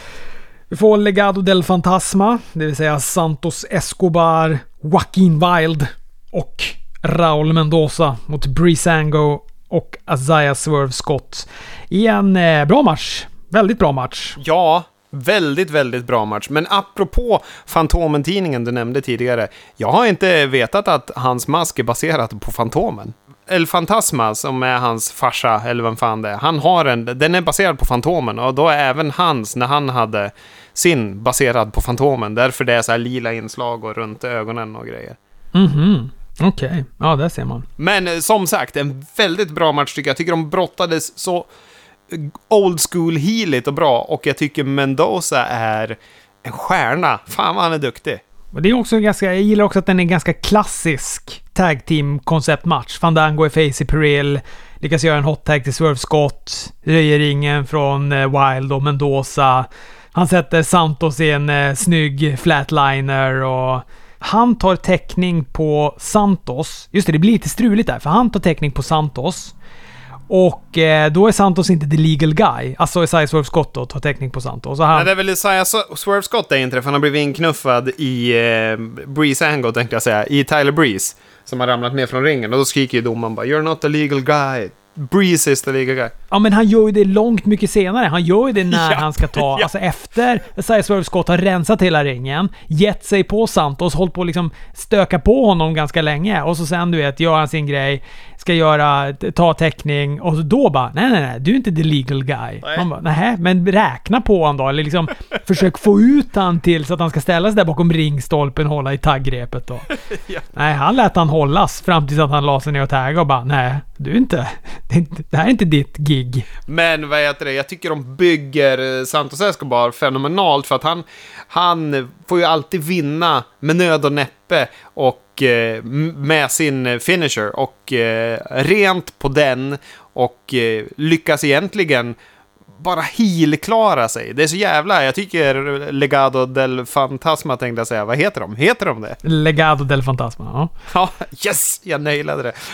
S1: Vi får Legado del Fantasma, det vill säga Santos Escobar, Joaquin Wilde och Raul Mendoza mot Breezango och Isaiah Swerve Scott i en eh, bra match. Väldigt bra match.
S2: Ja, väldigt, väldigt bra match. Men apropå Fantomen-tidningen du nämnde tidigare. Jag har inte vetat att hans mask är baserad på Fantomen. El Fantasma, som är hans farsa, eller vem fan det är. Han har en, den är baserad på Fantomen. Och då är även hans, när han hade sin, baserad på Fantomen. Därför det är så här lila inslag och runt ögonen och grejer.
S1: Mhm. Okej, okay. Ja, där ser man.
S2: Men som sagt, en väldigt bra match tycker jag. Jag tycker de brottades så old school healigt och bra. Och jag tycker Mendoza är en stjärna. Fan vad han är duktig.
S1: Och det är också ganska, jag gillar också att den är ganska klassisk tag team konceptmatch. Fandango är face i Peril, lyckas göra en hot tag till Swerve Scott, röjer ringen från Wild och Mendoza. Han sätter Santos i en eh, snygg flatliner och han tar täckning på Santos. Just det, det blir lite struligt där, för han tar täckning på Santos. Och eh, då är Santos inte the legal guy. Alltså Isaiah Swerve Scott då tar täckning på Santos. Och han...
S2: Nej, det är väl Isaiah Swerve Scott är inte det, för han har blivit inknuffad i eh, Breezango, tänkte jag säga. I Tyler Breeze, som har ramlat ner från ringen. Och då skriker ju domaren bara, you're not the legal guy. Breeze is the legal guy.
S1: Ja, men han gör ju det långt mycket senare. Han gör ju det när ja, han ska ta... Ja. Alltså efter Isaiah Swerve Scott har rensat hela ringen, gett sig på Santos, hållit på att liksom stöka på honom ganska länge. Och så sen, du vet, gör han sin grej, ska göra, ta täckning, och så då bara, nej, nej, nej, du är inte the legal guy. Nej. Man bara, nej, men räkna på han då. Eller liksom, försök få ut han till så att han ska ställa sig där bakom ringstolpen och hålla i taggrepet då. Ja. Nej, han lät han hållas fram tills att han la sig ner och tagga och bara, nej, du är inte... Det här är inte ditt gig.
S2: Men vad heter det? Jag tycker de bygger Santos Escobar fenomenalt, för att han, han får ju alltid vinna med nöd och näppe och eh, med sin finisher och eh, rent på den och eh, lyckas egentligen bara heal-klara sig. Det är så jävla, jag tycker Legado del Fantasma, tänkte jag säga. Vad heter de? Heter de det?
S1: Legado del Fantasma, ja.
S2: Ja, yes! Jag nailade det.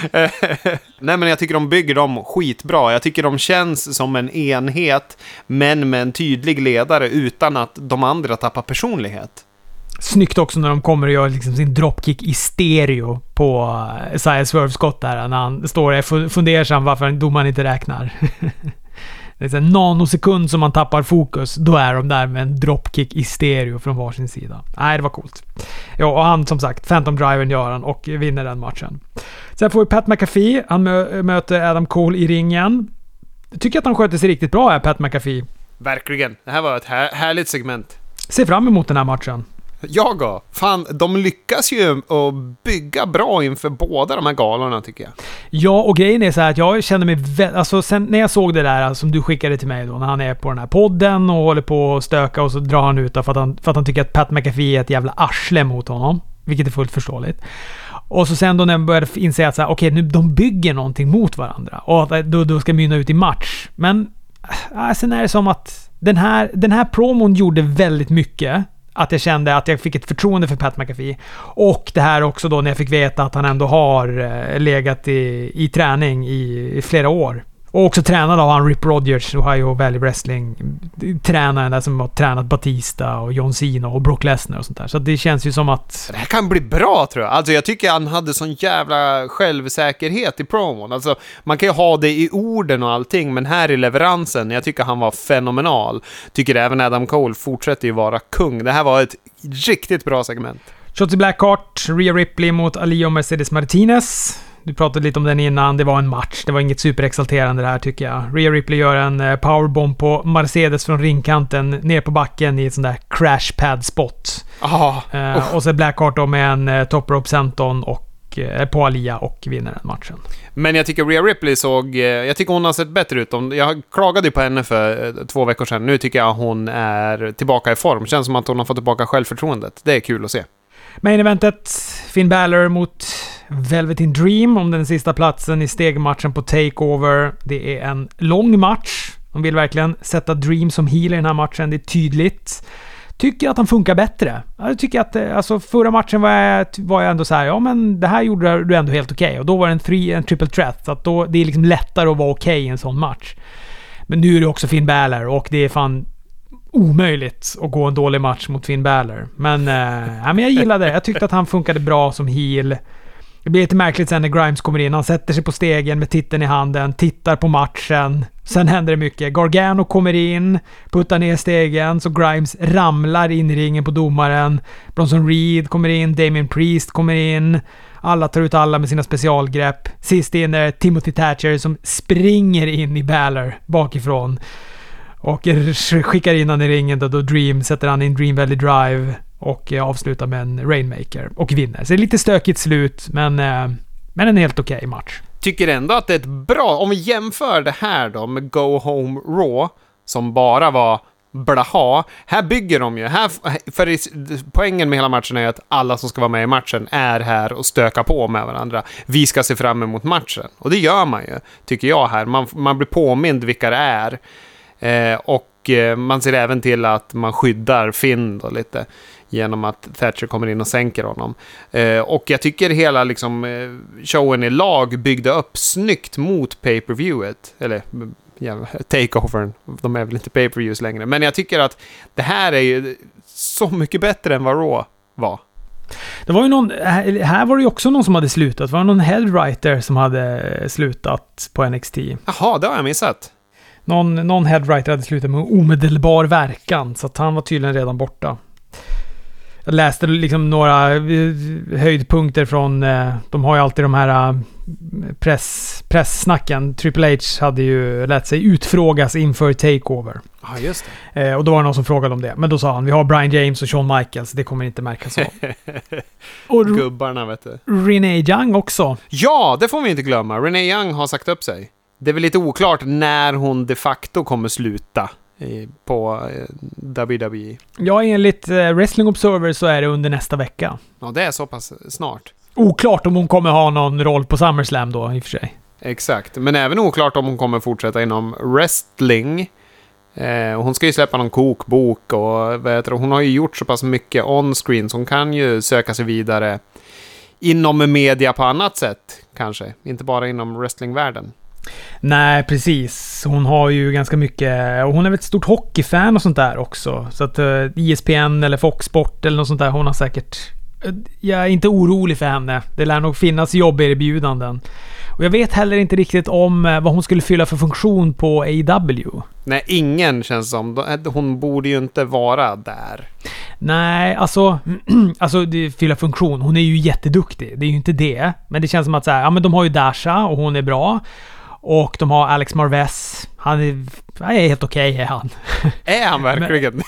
S2: Nej, men jag tycker de bygger dem skitbra. Jag tycker de känns som en enhet, men med en tydlig ledare utan att de andra tappar personlighet.
S1: Snyggt också när de kommer och gör liksom sin dropkick i stereo på Isaiah Swerve Scott där, när han står och är fundersam varför domaren inte räknar. Det är en nanosekund som man tappar fokus, då är de där med en dropkick i stereo från varsin sida. Nej, det var coolt. Ja, och han, som sagt, Phantom Driven gör han och vinner den matchen. Sen får vi Pat McAfee. Han mö- möter Adam Cole i ringen. Jag tycker att han sköter sig riktigt bra här, Pat McAfee.
S2: Verkligen. Det här var ett här- härligt segment.
S1: Se fram emot den här matchen.
S2: Jag då. Fan, de lyckas ju att bygga bra inför båda de här galorna, tycker jag.
S1: Ja, och grejen är så här att jag känner mig vä- alltså sen när jag såg det där som du skickade till mig då, när han är på den här podden och håller på att stöka, och så drar han ut för att han, för att han tycker att Pat McAfee är ett jävla arsle mot honom, vilket är fullt förståeligt. Och så sen då när jag började inse att så här, okej, nu de bygger någonting mot varandra och att då, då ska mynna ut i match. Men äh, sen är det som att den här, den här promon gjorde väldigt mycket. Att jag kände att jag fick ett förtroende för Pat McAfee. Och det här också då när jag fick veta att han ändå har legat i, i träning i, i flera år. Och också tränad av han Rip Rogers, Ohio Valley Wrestling. Tränaren där som har tränat Batista och John Cena och Brock Lesnar och sånt där. Så det känns ju som att...
S2: Det här kan bli bra, tror jag. Alltså jag tycker han hade sån jävla självsäkerhet i promon. Alltså man kan ju ha det i orden och allting, men här i leveransen, jag tycker han var fenomenal. Tycker även Adam Cole fortsätter ju vara kung. Det här var ett riktigt bra segment.
S1: Shotzi Blackheart, Rhea Ripley mot Ali och Mercedes Martinez. du pratade lite om den innan. Det var en match. Det var inget superexalterande det här tycker jag. Rhea Ripley gör en eh, powerbomb på Mercedes från ringkanten ner på backen i ett sån där crash pad spot.
S2: Oh,
S1: eh,
S2: oh.
S1: Och så Blackheart då med en eh, top rope senton och eh, på Alia och vinner den matchen.
S2: Men jag tycker Rhea Ripley såg... Eh, jag tycker hon har sett bättre ut. Jag klagade ju på henne för eh, två veckor sedan. Nu tycker jag hon är tillbaka i form. Känns som att hon har fått tillbaka självförtroendet. Det är kul att se.
S1: Main eventet, Finn Balor mot Velveteen Dream om den sista platsen i stegmatchen på Takeover. Det är en lång match. De vill verkligen sätta Dream som heel i den här matchen. Det är tydligt. Tycker att han funkar bättre. Jag tycker att alltså, förra matchen var jag, var jag ändå så här, ja men det här gjorde du ändå helt okej. Okay. Och då var det en, three, en triple threat. Så att då, det är liksom lättare att vara okej okay i en sån match. Men nu är det också Finn Balor och det är fan omöjligt att gå en dålig match mot Finn Balor. Men, eh, ja, men jag gillade det. Jag tyckte att han funkade bra som heel. Det blir lite märkligt sen när Grimes kommer in. Han sätter sig på stegen med titeln i handen, tittar på matchen. Sen händer det mycket. Gargano kommer in, puttar ner stegen så Grimes ramlar in i ringen på domaren. Bronson Reed kommer in, Damien Priest kommer in. Alla tar ut alla med sina specialgrepp. Sist in är Timothy Thatcher som springer in i Balor bakifrån. Och skickar in han i ringen då, då Dream sätter han in Dream Valley Drive och eh, avslutar med en Rainmaker och vinner. Så det är lite stökigt slut men, eh, men en helt okej okay match.
S2: Tycker ändå att det är ett bra... Om vi jämför det här då med Go Home Raw som bara var blaha. Här bygger de ju. Här, för poängen med hela matchen är att alla som ska vara med i matchen är här och stökar på med varandra. Vi ska se fram emot matchen. Och det gör man ju, tycker jag här. Man, man blir påmind vilka det är. Eh, och eh, man ser även till att man skyddar Finn då lite genom att Thatcher kommer in och sänker honom. Eh, och jag tycker hela liksom, eh, showen i lag byggde upp snyggt mot pay-per-viewet. Eller ja, takeovern. De är väl inte pay-per-views längre. Men jag tycker att det här är ju så mycket bättre än vad Raw var.
S1: Det var ju någon, här var det ju också någon som hade slutat. Det var någon headwriter som hade slutat på N X T.
S2: Jaha, det har jag missat.
S1: Någon, någon headwriter hade slutat med omedelbar verkan så att han var tydligen redan borta. Jag läste liksom några höjdpunkter från, de har ju alltid de här press, presssnacken. Triple H hade ju lärt sig utfrågas inför Takeover.
S2: Ja, ah, just det.
S1: Och då var det någon som frågade om det. Men då sa han, vi har Brian James och Shawn Michaels, det kommer inte märkas av. Och
S2: gubbarna, vet du.
S1: Renee Young också.
S2: Ja, det får vi inte glömma. Renee Young har sagt upp sig. Det är väl lite oklart när hon de facto kommer sluta på W W E.
S1: Ja, enligt Wrestling Observer så är det under nästa vecka.
S2: Ja, det är så pass snart.
S1: Oklart om hon kommer ha någon roll på SummerSlam då, i och för sig.
S2: Exakt, men även oklart om hon kommer fortsätta inom wrestling. Eh, hon ska ju släppa någon kokbok och vad heter det, hon har ju gjort så pass mycket on-screen så hon kan ju söka sig vidare inom media på annat sätt, kanske. Inte bara inom wrestlingvärlden.
S1: Nej, precis. Hon har ju ganska mycket... Och hon är väl ett stort hockeyfan och sånt där också. Så att uh, E S P N eller Fox Sport eller något sånt där, hon har säkert... Uh, jag är inte orolig för henne. Det lär nog finnas jobberbjudanden. Och jag vet heller inte riktigt om uh, vad hon skulle fylla för funktion på A E W.
S2: Nej, ingen känns som... Hon borde ju inte vara där.
S1: Nej, alltså... alltså, det fylla funktion. Hon är ju jätteduktig. Det är ju inte det. Men det känns som att så här, ja, men de har ju Dasha och hon är bra. Och de har Alex Marvez. Han är, han är helt okej, okay, är han.
S2: Är han verkligen?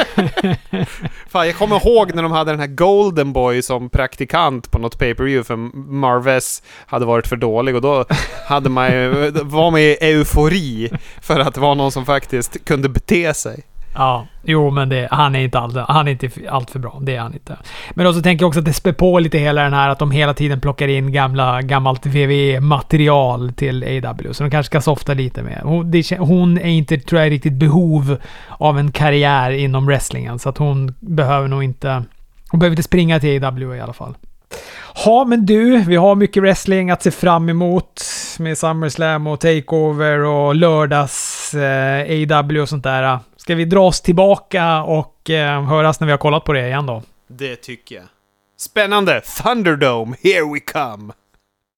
S2: Fan, jag kommer ihåg när de hade den här Golden Boy som praktikant på något pay-per-view för Marvez hade varit för dålig och då hade man ju, var man i eufori för att det var någon som faktiskt kunde bete sig.
S1: Ja, jo men det, han är inte allt, han är inte allt för bra, det är han inte. Men också tänker jag också att det spär på lite hela den här att de hela tiden plockar in gamla, gammalt V V E-material till A E W, så de kanske ska softa lite med. Hon, det, hon är inte, tror jag, riktigt behov av en karriär inom wrestlingen, så att hon behöver nog inte, hon behöver inte springa till A E W i alla fall. Ja, men du, vi har mycket wrestling att se fram emot med SummerSlam och Takeover och lördags eh, A E W och sånt där. Ska vi dra oss tillbaka och eh, höras när vi har kollat på det igen då?
S2: Det tycker jag. Spännande! Thunderdome, here we come!